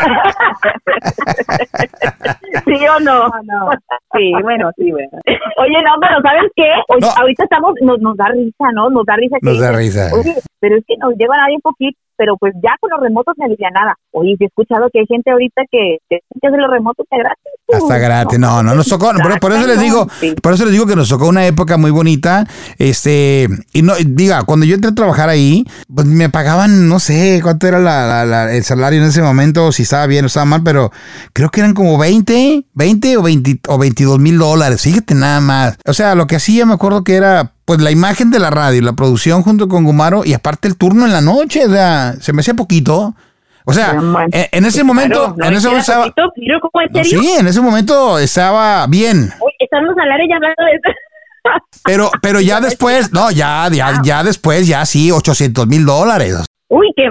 ¿Sí o no? no? Sí, bueno, sí, bueno. Oye, no, pero ¿sabes qué? Oye, no. Ahorita estamos, nos, nos da risa, ¿no? Nos da risa. Que nos da risa. Oye, pero es que nos llevan ahí un poquito, pero pues ya con los remotos me alivian nada. Oye, he escuchado que hay gente ahorita que, que hace los remotos que gratis. Hasta gratis, no, no, nos tocó, por, por eso les digo, sí. por eso les digo que nos tocó una época muy bonita, este, y no, diga, cuando yo entré a trabajar ahí, pues me pagaban, no sé, cuánto era la, la, la, el salario en ese momento, si estaba bien o estaba mal, pero creo que eran como veinte, veinte o veinte o veintidós mil dólares, fíjate nada más. O sea, lo que hacía, me acuerdo que era, pues la imagen de la radio, la producción junto con Gumaro y aparte el turno en la noche, o sea, se me hacía poquito. O sea, en, en ese momento, claro, en ese momento estaba, poquito, ¿cómo, en serio? No, sí, en ese momento estaba bien. Uy, estamos al aire ya hablando de eso. Pero, pero ya después, no, ya, ya, ya después, ya sí, ochocientos mil dólares. Uy, qué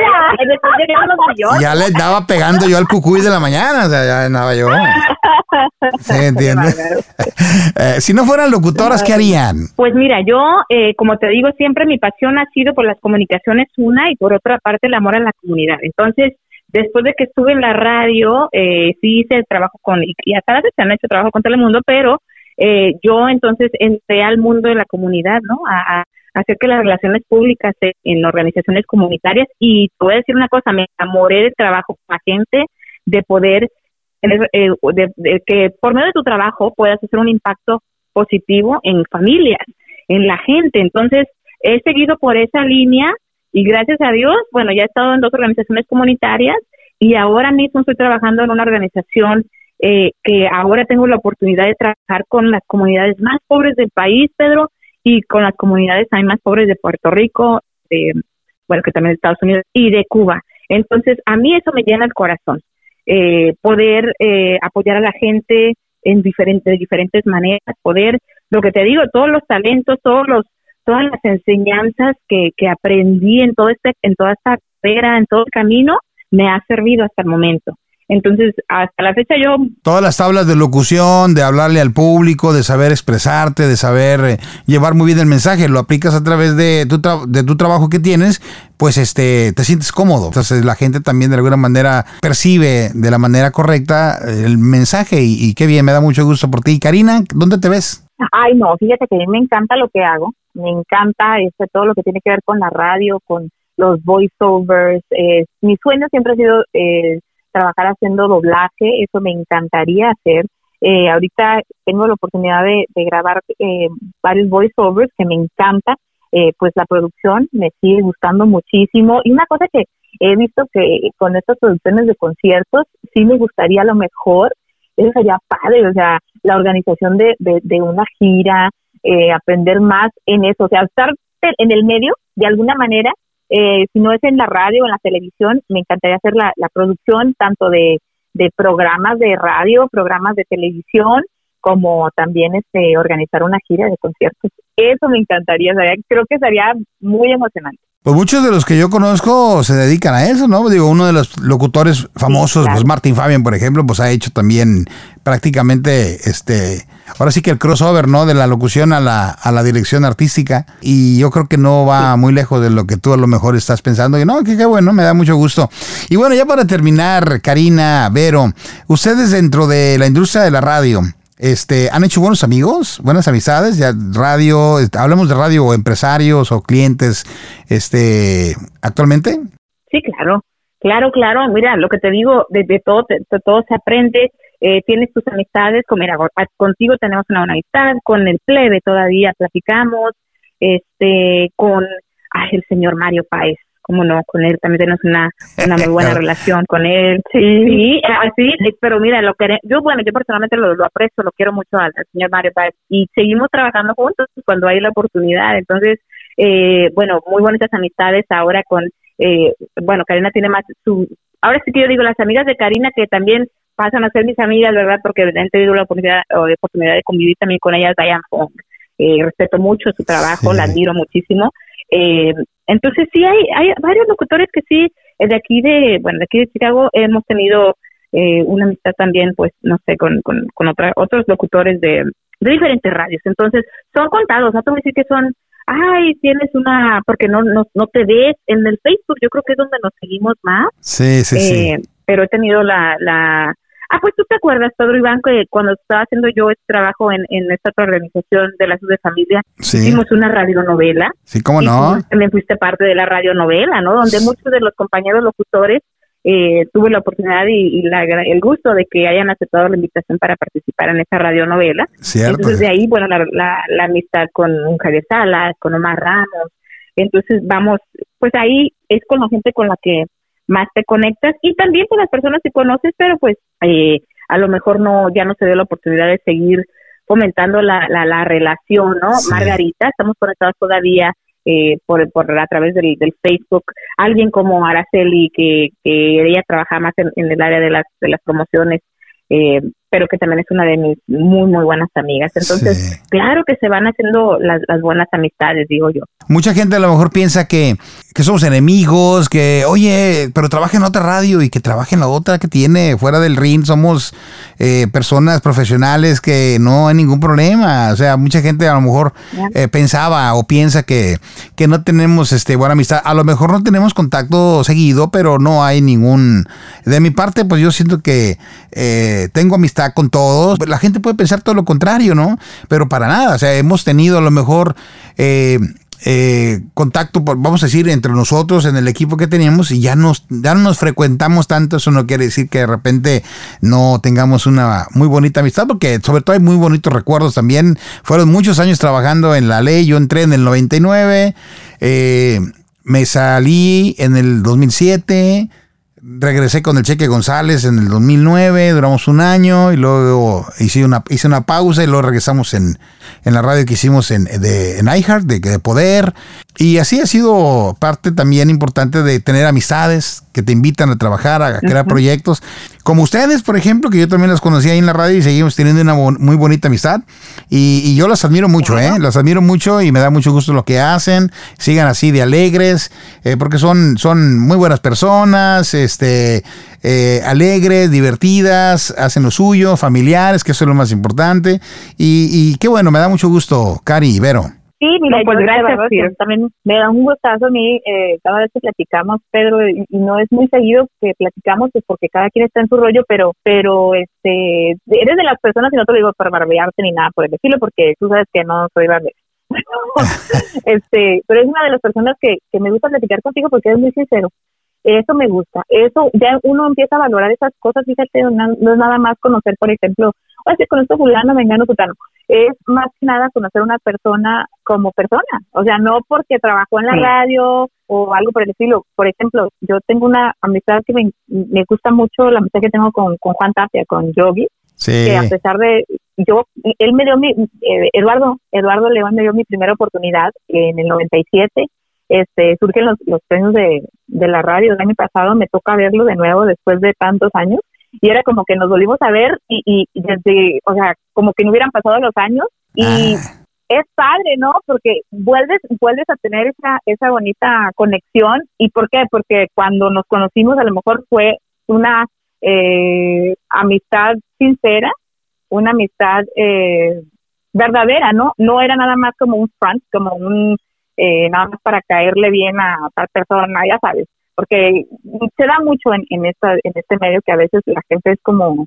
bárbaro. Ya le estaba pegando yo al cucuy de la mañana, o sea, ya andaba yo. ¿Sí entiendes? eh, si no fueran locutoras, ¿qué harían? Pues mira, yo, eh, como te digo, siempre mi pasión ha sido por las comunicaciones una y por otra parte el amor a la comunidad. Entonces, después de que estuve en la radio, eh, sí hice trabajo con, y hasta la fecha han hecho trabajo con Telemundo, pero eh, yo entonces entré al mundo de la comunidad, ¿no? A, a hacer que las relaciones públicas en organizaciones comunitarias y te voy a decir una cosa, me enamoré del trabajo con la gente, de poder tener, eh, de, de que por medio de tu trabajo puedas hacer un impacto positivo en familias, en la gente. Entonces he seguido por esa línea y gracias a Dios, bueno, ya he estado en dos organizaciones comunitarias y ahora mismo estoy trabajando en una organización eh, que ahora tengo la oportunidad de trabajar con las comunidades más pobres del país, Pedro, y con las comunidades hay más pobres de Puerto Rico, de, bueno, que también de Estados Unidos, y de Cuba. Entonces, a mí eso me llena el corazón, eh, poder eh, apoyar a la gente en diferentes, de diferentes maneras, poder, lo que te digo, todos los talentos, todos los, todas las enseñanzas que, que aprendí en todo este, en toda esta carrera, en todo el camino, me ha servido hasta el momento. Entonces, hasta la fecha yo... Todas las tablas de locución, de hablarle al público, de saber expresarte, de saber eh, llevar muy bien el mensaje, lo aplicas a través de tu, tra- de tu trabajo que tienes, pues este te sientes cómodo. Entonces la gente también de alguna manera percibe de la manera correcta el mensaje y, y qué bien, me da mucho gusto por ti. Karina, ¿dónde te ves? Ay, no, fíjate que a mí me encanta lo que hago, me encanta este, todo lo que tiene que ver con la radio, con los voiceovers. Eh, mi sueño siempre ha sido... Eh, trabajar haciendo doblaje, eso me encantaría hacer. Eh, ahorita tengo la oportunidad de, de grabar eh, varios voiceovers que me encanta, eh, pues la producción me sigue gustando muchísimo. Y una cosa que he visto que con estas producciones de conciertos, sí me gustaría a lo mejor, eso sería padre, o sea, la organización de, de, de una gira, eh, aprender más en eso, o sea, estar en el medio de alguna manera. Eh, si no es en la radio o en la televisión, me encantaría hacer la, la producción tanto de, de programas de radio, programas de televisión, como también este organizar una gira de conciertos. Eso me encantaría, o sea, creo que sería muy emocionante. Pues muchos de los que yo conozco se dedican a eso, ¿no? Digo, uno de los locutores famosos, sí, claro. Pues Martin Fabian, por ejemplo, pues ha hecho también prácticamente, este, ahora sí que el crossover, ¿no? De la locución a la, a la dirección artística. Y yo creo que no va sí. muy lejos de lo que tú a lo mejor estás pensando. Y no, que qué bueno, me da mucho gusto. Y bueno, ya para terminar, Karina, Vero, ustedes dentro de la industria de la radio, Este, ¿han hecho buenos amigos, buenas amistades? Ya radio, hablamos de radio o empresarios o clientes, este, actualmente. Sí, claro, claro, claro. Mira, lo que te digo, de, de todo, de, de todo se aprende. Eh, tienes tus amistades, como mira, contigo tenemos una buena amistad, con el plebe todavía platicamos, este, con, ay, el señor Mario Páez. Cómo no, con él también tenemos una, una muy buena relación con él. Sí, sí, así, pero mira, lo que yo, bueno, yo personalmente lo, lo aprecio, lo quiero mucho al, al señor Mario Páez y seguimos trabajando juntos cuando hay la oportunidad. Entonces, eh, bueno, muy bonitas amistades ahora con, eh, bueno, Karina tiene más su, ahora sí que yo digo, las amigas de Karina que también pasan a ser mis amigas, ¿verdad? Porque han tenido la oportunidad, o la oportunidad de convivir también con ellas, Diane Fong. Eh, respeto mucho su trabajo, sí. La admiro muchísimo. Eh, entonces sí hay hay varios locutores que sí de aquí de bueno de aquí de Chicago hemos tenido eh, una amistad también, pues no sé, con con, con otra, otros locutores de, de diferentes radios. Entonces son contados, no te voy a decir que son ay tienes una porque no no no te ves en el Facebook, yo creo que es donde nos seguimos más. Sí sí eh, sí. Pero he tenido la la Ah, pues tú te acuerdas, Pedro Iván, que cuando estaba haciendo yo este trabajo en, en esta otra organización de la Sud de Familia, sí. Hicimos una radionovela. Sí, ¿cómo no? Y tú también fuiste parte de la radionovela, ¿no? Donde muchos de los compañeros locutores eh, tuve la oportunidad y, y la, el gusto de que hayan aceptado la invitación para participar en esa radionovela. Cierto. Entonces de ahí, bueno, la, la, la amistad con Javier Salas, con Omar Ramos. Entonces vamos, pues ahí es con la gente con la que más te conectas y también con las personas que conoces, pero pues eh, a lo mejor no ya no se dio la oportunidad de seguir fomentando la, la, la relación, ¿no? Sí. Margarita, estamos conectados todavía eh, por, por a través del, del Facebook. Alguien como Araceli, que, que ella trabaja más en, en el área de las, de las promociones, eh, pero que también es una de mis muy, muy buenas amigas. Entonces, sí. Claro que se van haciendo las, las buenas amistades, digo yo. Mucha gente a lo mejor piensa que, que somos enemigos, que, oye, pero trabaja en otra radio y que trabaja en la otra que tiene fuera del ring. Somos eh, personas profesionales que no hay ningún problema. O sea, mucha gente a lo mejor eh, pensaba o piensa que, que no tenemos este buena amistad. A lo mejor no tenemos contacto seguido, pero no hay ningún... De mi parte, pues yo siento que eh, tengo amistad con todos. La gente puede pensar todo lo contrario, ¿no? Pero para nada. O sea, hemos tenido a lo mejor... Eh, Eh, contacto, por, vamos a decir, entre nosotros en el equipo que teníamos y ya nos ya no nos frecuentamos tanto. Eso no quiere decir que de repente no tengamos una muy bonita amistad, porque sobre todo hay muy bonitos recuerdos también. Fueron muchos años trabajando en la ley. Yo entré en el noventa y nueve, eh, me salí en el dos mil siete, regresé con el Cheque González en el dos mil nueve, duramos un año y luego hice una hice una pausa y luego regresamos en, en la radio que hicimos en, de, en iHeart, de, de Poder. Y así ha sido parte también importante de tener amistades que te invitan a trabajar, a crear uh-huh. proyectos. Como ustedes, por ejemplo, que yo también las conocí ahí en la radio y seguimos teniendo una bon- muy bonita amistad. Y, y yo las admiro mucho, uh-huh. ¿eh? Las admiro mucho y me da mucho gusto lo que hacen. Sigan así de alegres, eh, porque son, son muy buenas personas, este, este, eh, alegres, divertidas, hacen lo suyo, familiares, que eso es lo más importante. Y, y qué bueno, me da mucho gusto, Cari y Vero. Sí, mira, No, pues yo, gracias, la verdad, Ciro. que también me da un gustazo a mí, eh, cada vez que platicamos, Pedro, y, y no es muy seguido que platicamos, pues porque cada quien está en su rollo, pero pero este eres de las personas, y no te lo digo para barbellarte ni nada por el estilo, porque tú sabes que no soy barbera. este, pero es una de las personas que, que me gusta platicar contigo porque eres muy sincero. Eso me gusta. Eso, ya uno empieza a valorar esas cosas, fíjate, no, no es nada más conocer, por ejemplo, oye, con esto fulano, vengano, sutano. Es más que nada conocer a una persona como persona. O sea, no porque trabajó en la Sí. radio o algo por el estilo. Por ejemplo, yo tengo una amistad que me, me gusta mucho, la amistad que tengo con, con Juan Tapia, con Yogi, Sí. que a pesar de, yo, él me dio mi, eh, Eduardo, Eduardo León me dio mi primera oportunidad en el noventa y siete. Este, surgen los, los premios de, de la radio del año pasado, me toca verlo de nuevo después de tantos años, y era como que nos volvimos a ver y, y desde, o sea, como que no hubieran pasado los años, y Ah. es padre, ¿no? Porque vuelves, vuelves a tener esa, esa bonita conexión. ¿Y por qué? Porque cuando nos conocimos a lo mejor fue una eh, amistad sincera, una amistad eh, verdadera, ¿no? No era nada más como un front, como un eh, nada más para caerle bien a tal persona, ya sabes, porque se da mucho en, en esta en este medio que a veces la gente es como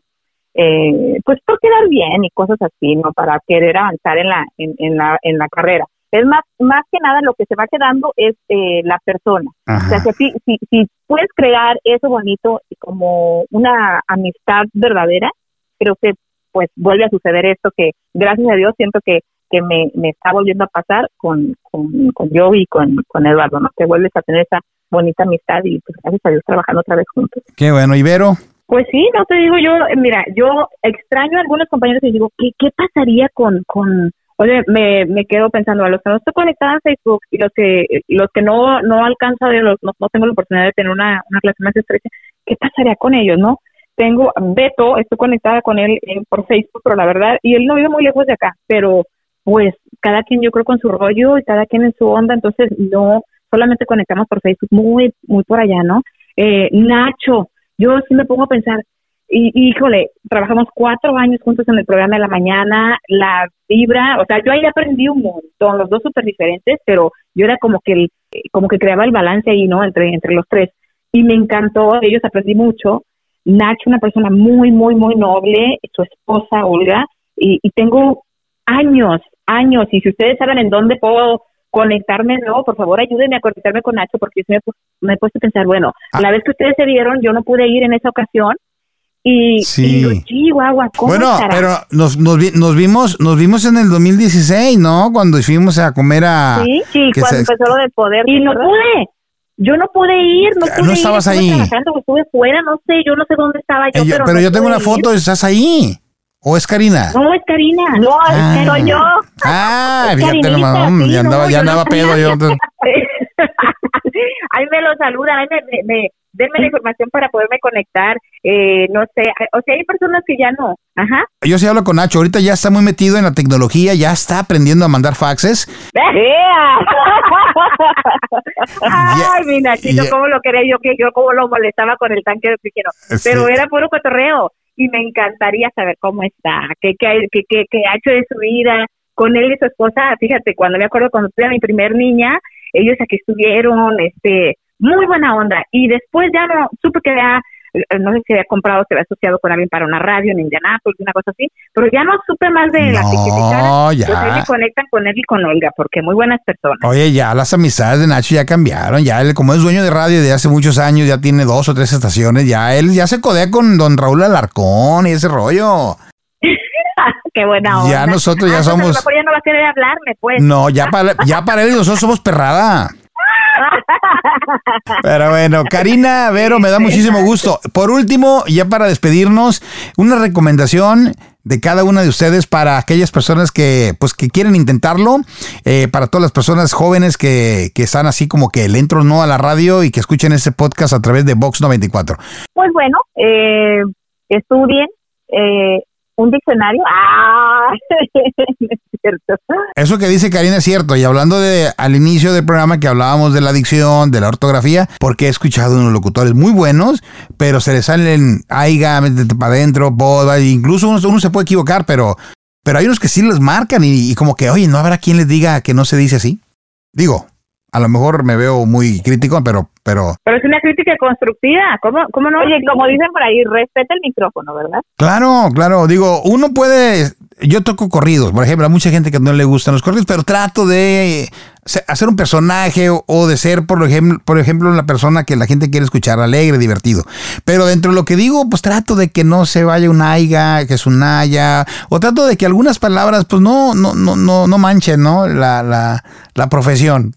eh, pues por quedar bien y cosas así, ¿no? Para querer avanzar en la en, en la en la carrera. Es más más que nada lo que se va quedando es eh, la persona. Ajá. O sea, que si, si, si puedes crear eso bonito como una amistad verdadera, creo que pues vuelve a suceder esto que, gracias a Dios, siento que, que me, me está volviendo a pasar con, con, con yo y con, con Eduardo, ¿no? Que vuelves a tener esa bonita amistad y pues gracias a Dios trabajando otra vez juntos. Qué bueno, ¿y Vero? Pues sí, no te digo yo, eh, mira, yo extraño a algunos compañeros y digo, ¿qué, qué pasaría con, con, oye, me, me quedo pensando, a los que no estoy conectada en Facebook y los que, los que no, no alcanzo de los, no, no tengo la oportunidad de tener una, una relación más estrecha, ¿qué pasaría con ellos, no? Tengo Beto, estoy conectada con él eh, por Facebook, pero la verdad, y él no vive muy lejos de acá, pero pues cada quien yo creo con su rollo y cada quien en su onda, entonces no solamente conectamos por Facebook, muy, muy por allá, ¿no? Eh, Nacho, yo sí me pongo a pensar, y, y híjole, trabajamos cuatro años juntos en el programa de la mañana, la vibra, o sea, yo ahí aprendí un montón, los dos súper diferentes, pero yo era como que el, como que creaba el balance ahí, ¿no? Entre, entre los tres, y me encantó, de ellos aprendí mucho. Nacho, una persona muy, muy, muy noble, su esposa Olga, y, y tengo años, años, y si ustedes saben en dónde puedo conectarme, no, por favor ayúdenme a conectarme con Nacho, porque yo me, me he puesto a pensar, bueno, Ah. la vez que ustedes se vieron, yo no pude ir en esa ocasión, y, Sí. y digo, Chihuahua, ¿cómo Bueno, estará? pero nos, nos, vi- nos vimos nos vimos en el dos mil dieciséis, ¿no? Cuando fuimos a comer a... Sí, sí, que cuando se- empezó lo del poder. Y no ¿verdad? pude, yo no pude ir, no Ah, pude no ir, estabas estuve ahí. trabajando, estuve fuera, no sé, yo no sé dónde estaba yo, Eh, yo- pero, pero no yo tengo pude una ir. foto, ¿estás ahí? ¿O es Karina? No, es Karina. No, Ah. soy yo. Ah, Es fíjate Karinita, nomás, mm, sí, ya no, andaba, ya yo no andaba pedo yo. Ahí me lo saludan, ahí me, me, me- denme la información para poderme conectar, eh, no sé, o sea, hay personas que ya no, ajá. Yo sí hablo con Nacho, ahorita ya está muy metido en la tecnología, ya está aprendiendo a mandar faxes. Ay, mi Nachito, ya- cómo lo quería yo, que yo cómo lo molestaba con el tanque de oxígeno, Sí. pero era puro cotorreo, y me encantaría saber cómo está, qué, qué, hay- qué, qué, qué ha hecho de su vida, con él y su esposa. Fíjate, cuando me acuerdo cuando tuve a mi primer niña, ellos aquí estuvieron, este, muy buena onda, y después ya no, supe que había, eh, no sé si había comprado, se había asociado con alguien para una radio en Indianápolis, una cosa así, pero ya no supe más de la No, chiquitita, ya. pues ahí me conectan con él y con Olga, porque muy buenas personas. Oye, ya las amistades de Nacho ya cambiaron, ya él como es dueño de radio de hace muchos años, ya tiene dos o tres estaciones, ya él ya se codea con don Raúl Alarcón y ese rollo. Qué buena onda. Ya nosotros ya Ah, entonces, somos- a lo mejor ya no va a querer hablarme, pues. No, ya para, ya para él y nosotros somos perrada. Pero bueno, Karina, Vero, me da muchísimo gusto. Por último, ya para despedirnos, una recomendación de cada una de ustedes para aquellas personas que pues que quieren intentarlo, eh, para todas las personas jóvenes que, que están así como que le entran no a la radio y que escuchen este podcast a través de Vox noventa y cuatro. Pues bueno, eh, estudien, eh, ¿Un diccionario? ¡Ah! Es cierto. Eso que dice Karina es cierto. Y hablando de al inicio del programa que hablábamos de la dicción, de la ortografía, porque he escuchado unos locutores muy buenos, pero se les salen aiga, métete para adentro, boda, incluso uno, uno se puede equivocar, pero, pero hay unos que sí les marcan y, y como que, oye, ¿no habrá quien les diga que no se dice así? Digo, a lo mejor me veo muy crítico, pero... Pero, pero es una crítica constructiva, ¿cómo, cómo no? Oye, como dicen por ahí, respeta el micrófono, ¿verdad? Claro, claro, digo, uno puede, yo toco corridos, por ejemplo, a mucha gente que no le gustan los corridos, pero trato de hacer un personaje o, o de ser, por ejemplo, por ejemplo, la persona que la gente quiere escuchar, alegre, divertido. Pero dentro de lo que digo, pues trato de que no se vaya un aiga, que es un haya, o trato de que algunas palabras, pues no, no, no, no, no manchen, ¿no? La, la, la profesión,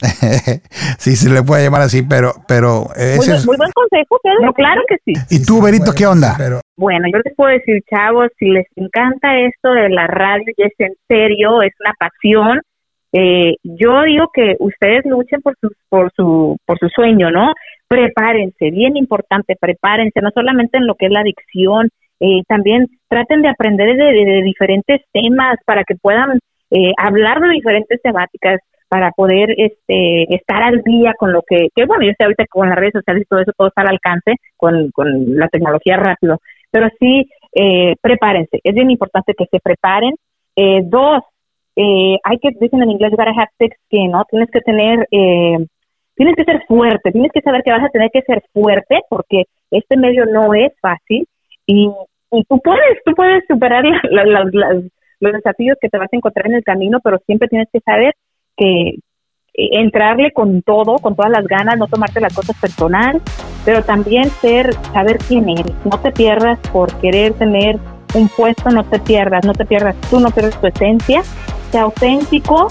si se le puede llamar así, pero, pero ese muy, es... muy buen consejo, Pedro. No, claro que sí. ¿Y tú, Berito, qué onda? Pero... Bueno, yo les puedo decir, chavos, si les encanta esto de la radio y es en serio, es una pasión, eh, yo digo que ustedes luchen por su, por su, por su sueño, ¿no? Prepárense, bien importante, prepárense, no solamente en lo que es la dicción, eh, también traten de aprender de, de, de diferentes temas para que puedan eh, hablar de diferentes temáticas, para poder este estar al día con lo que, que bueno, yo sé ahorita con las redes sociales y todo eso, todo está al alcance con, con la tecnología rápido, pero sí, eh, prepárense, es bien importante que se preparen. Eh, dos, eh, hay que, dicen en inglés, you gotta have thick skin, ¿no? Tienes que tener, eh, tienes que ser fuerte, tienes que saber que vas a tener que ser fuerte, porque este medio no es fácil, y, y tú puedes, tú puedes superar la, la, la, los desafíos que te vas a encontrar en el camino, pero siempre tienes que saber que entrarle con todo, con todas las ganas, no tomarte las cosas personal, pero también ser, saber quién eres, no te pierdas por querer tener un puesto, no te pierdas, no te pierdas tú, no pierdas tu esencia, sea auténtico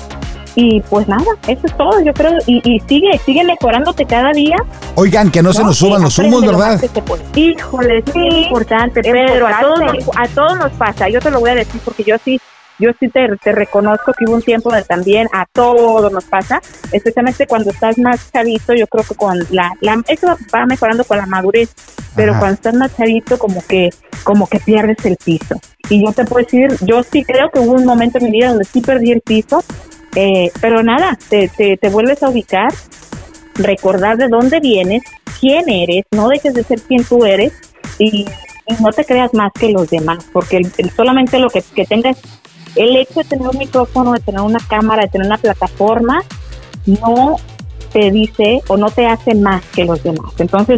y pues nada, eso es todo, yo creo, y, y sigue, sigue mejorándote cada día. Oigan, que no, no se nos suban los humos, ¿verdad? Híjole, es muy importante, Pedro, a todos, a todos nos pasa, yo te lo voy a decir porque yo sí Yo sí te, te reconozco que hubo un tiempo donde también a todos nos pasa, especialmente cuando estás más chavito, yo creo que con la, la eso va mejorando con la madurez, pero Ajá. cuando estás más chavito como que como que pierdes el piso. Y yo te puedo decir, yo sí creo que hubo un momento en mi vida donde sí perdí el piso, eh, pero nada, te, te, te vuelves a ubicar, recordar de dónde vienes, quién eres, no dejes de ser quien tú eres y, y no te creas más que los demás, porque el, el, solamente lo que, que tengas. El hecho de tener un micrófono, de tener una cámara, de tener una plataforma, no te dice o no te hace más que los demás. Entonces,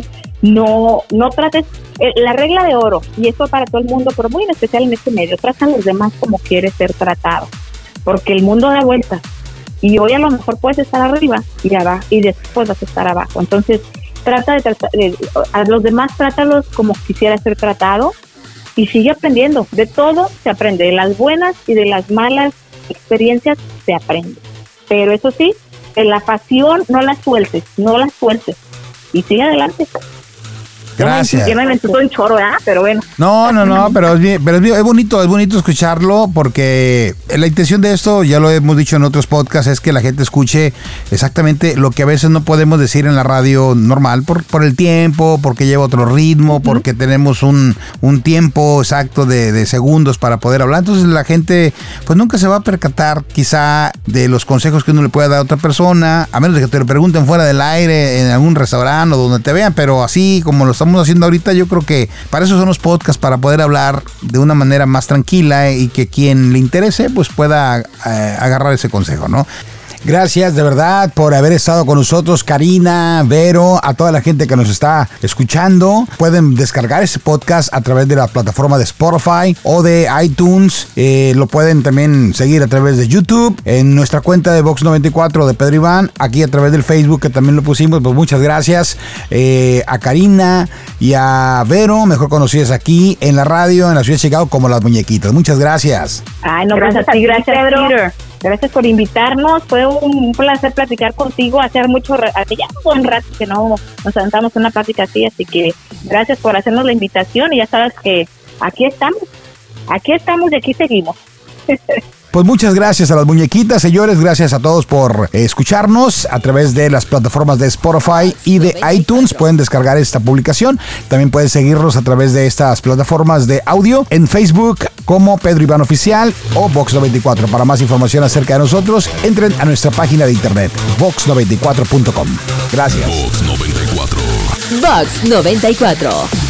no no trates, eh, la regla de oro, y esto para todo el mundo, pero muy en especial en este medio, trata a los demás como quieres ser tratado, porque el mundo da vueltas, y hoy a lo mejor puedes estar arriba y abajo, y después vas a estar abajo. Entonces, trata de tratar, de, a los demás trátalos como quisieras ser tratado, y sigue aprendiendo. De todo se aprende, de las buenas y de las malas experiencias se aprende. Pero eso sí, en la pasión no la sueltes, no la sueltes. Y sigue adelante. Gracias. Yo me inventé todo en choro, ¿eh? Pero bueno. No, no, no, pero es bien, pero es, bien, es bonito, es bonito escucharlo porque la intención de esto, ya lo hemos dicho en otros podcasts, es que la gente escuche exactamente lo que a veces no podemos decir en la radio normal por, por el tiempo, porque lleva otro ritmo, porque uh-huh. tenemos un, un tiempo exacto de, de segundos para poder hablar. Entonces la gente pues nunca se va a percatar quizá de los consejos que uno le pueda dar a otra persona, a menos de que te lo pregunten fuera del aire en algún restaurante o donde te vean, pero así como lo estamos haciendo ahorita, yo creo que para eso son los podcasts, para poder hablar de una manera más tranquila y que quien le interese pues pueda eh, agarrar ese consejo, ¿no? Gracias de verdad por haber estado con nosotros, Karina, Vero, a toda la gente que nos está escuchando. Pueden descargar este podcast a través de la plataforma de Spotify o de iTunes. Eh, lo pueden también seguir a través de YouTube, en nuestra cuenta de Vox noventa y cuatro de Pedro Iván, aquí a través del Facebook que también lo pusimos. Pues muchas gracias eh, a Karina y a Vero, mejor conocidas aquí en la radio en la ciudad de Chicago como Las Muñequitas. Muchas gracias. Ay, no, gracias a ti, gracias, Pedro. Gracias por invitarnos, fue un, un placer platicar contigo, hacer mucho, hace ya un buen rato que no nos sentamos en una plática así, así que gracias por hacernos la invitación y ya sabes que aquí estamos, aquí estamos y aquí seguimos. Pues muchas gracias a Las Muñequitas, señores, gracias a todos por eh, escucharnos a través de las plataformas de Spotify y de iTunes. Pueden descargar esta publicación, también pueden seguirnos a través de estas plataformas de audio en Facebook, como Pedro Iván Oficial o Vox noventa y cuatro. Para más información acerca de nosotros, entren a nuestra página de internet, vox noventa y cuatro punto com. Gracias. Vox noventa y cuatro. Vox noventa y cuatro.